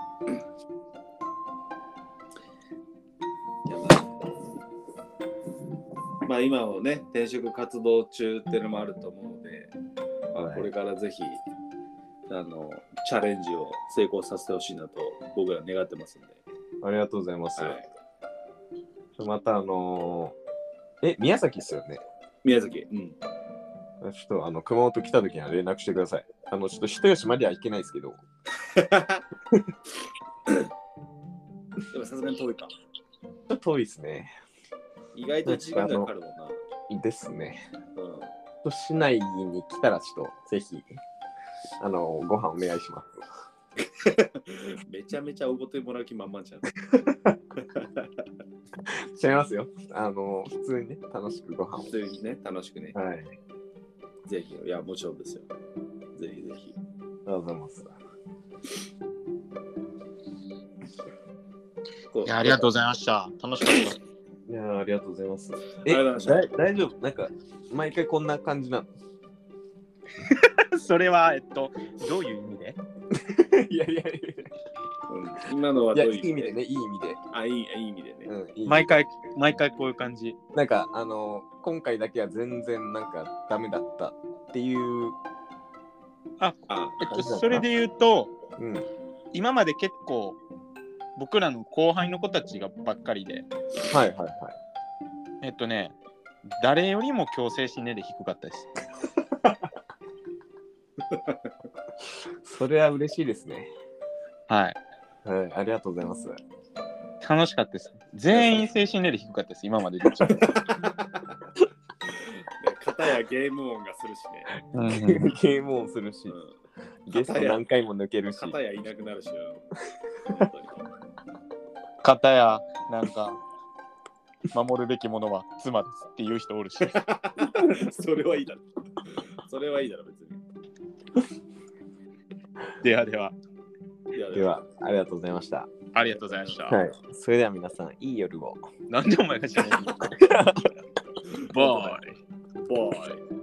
まあ今もね転職活動中っていうのもあると思うので、まあ、これからぜひチャレンジを成功させてほしいなと僕は願ってますんで。 ありがとうございます。 はい、 また宮崎っすよね。 宮崎。うん。 ちょっと熊本来た時には連絡してください。ちょっと人吉までは行けないですけど。 でもさすがに遠いか。 ちょっと遠いですね。 意外と時間がかかるもんな。 ですね。市内に来たらちょっとぜひご飯お願いします。 めちゃめちゃおごってもらう気満々じゃん。 違いますよ。普通にね楽しくご飯を。 普通にね楽しくね。 はい。 ぜひ、いやもちろんですよ。ぜひぜひ。 ありがとうございます。 いやありがとうございました。楽しかった。 いやありがとうございます。大丈夫？なんか毎回こんな感じなの？ それはどういう意味で？ いや、 今のはどういう意味で？ いい意味でね、いい意味で。 あ、いい意味でね。 毎回こういう感じ。 なんか今回だけは全然なんかダメだったっていう。 それで言うと、今まで結構僕らの後輩の子たちがばっかりで。 はいはいはい。 誰よりも強制心で低かったです。 それは嬉しいですね。 はい。 はい、ありがとうございます。 楽しかったです。全員精神年齢低かったです、今までで。 片やゲーム音がするしね。 ゲーム音するし、ゲスト何回も抜けるし。 片やいなくなるし。 片やなんか守るべきものは妻ですっていう人おるし。 それはいいだろ。それはいいだろ別に。 ではありがとうございました。 ありがとうございました。 はい、それでは皆さんいい夜を。 なんでお前がしないの？バイ。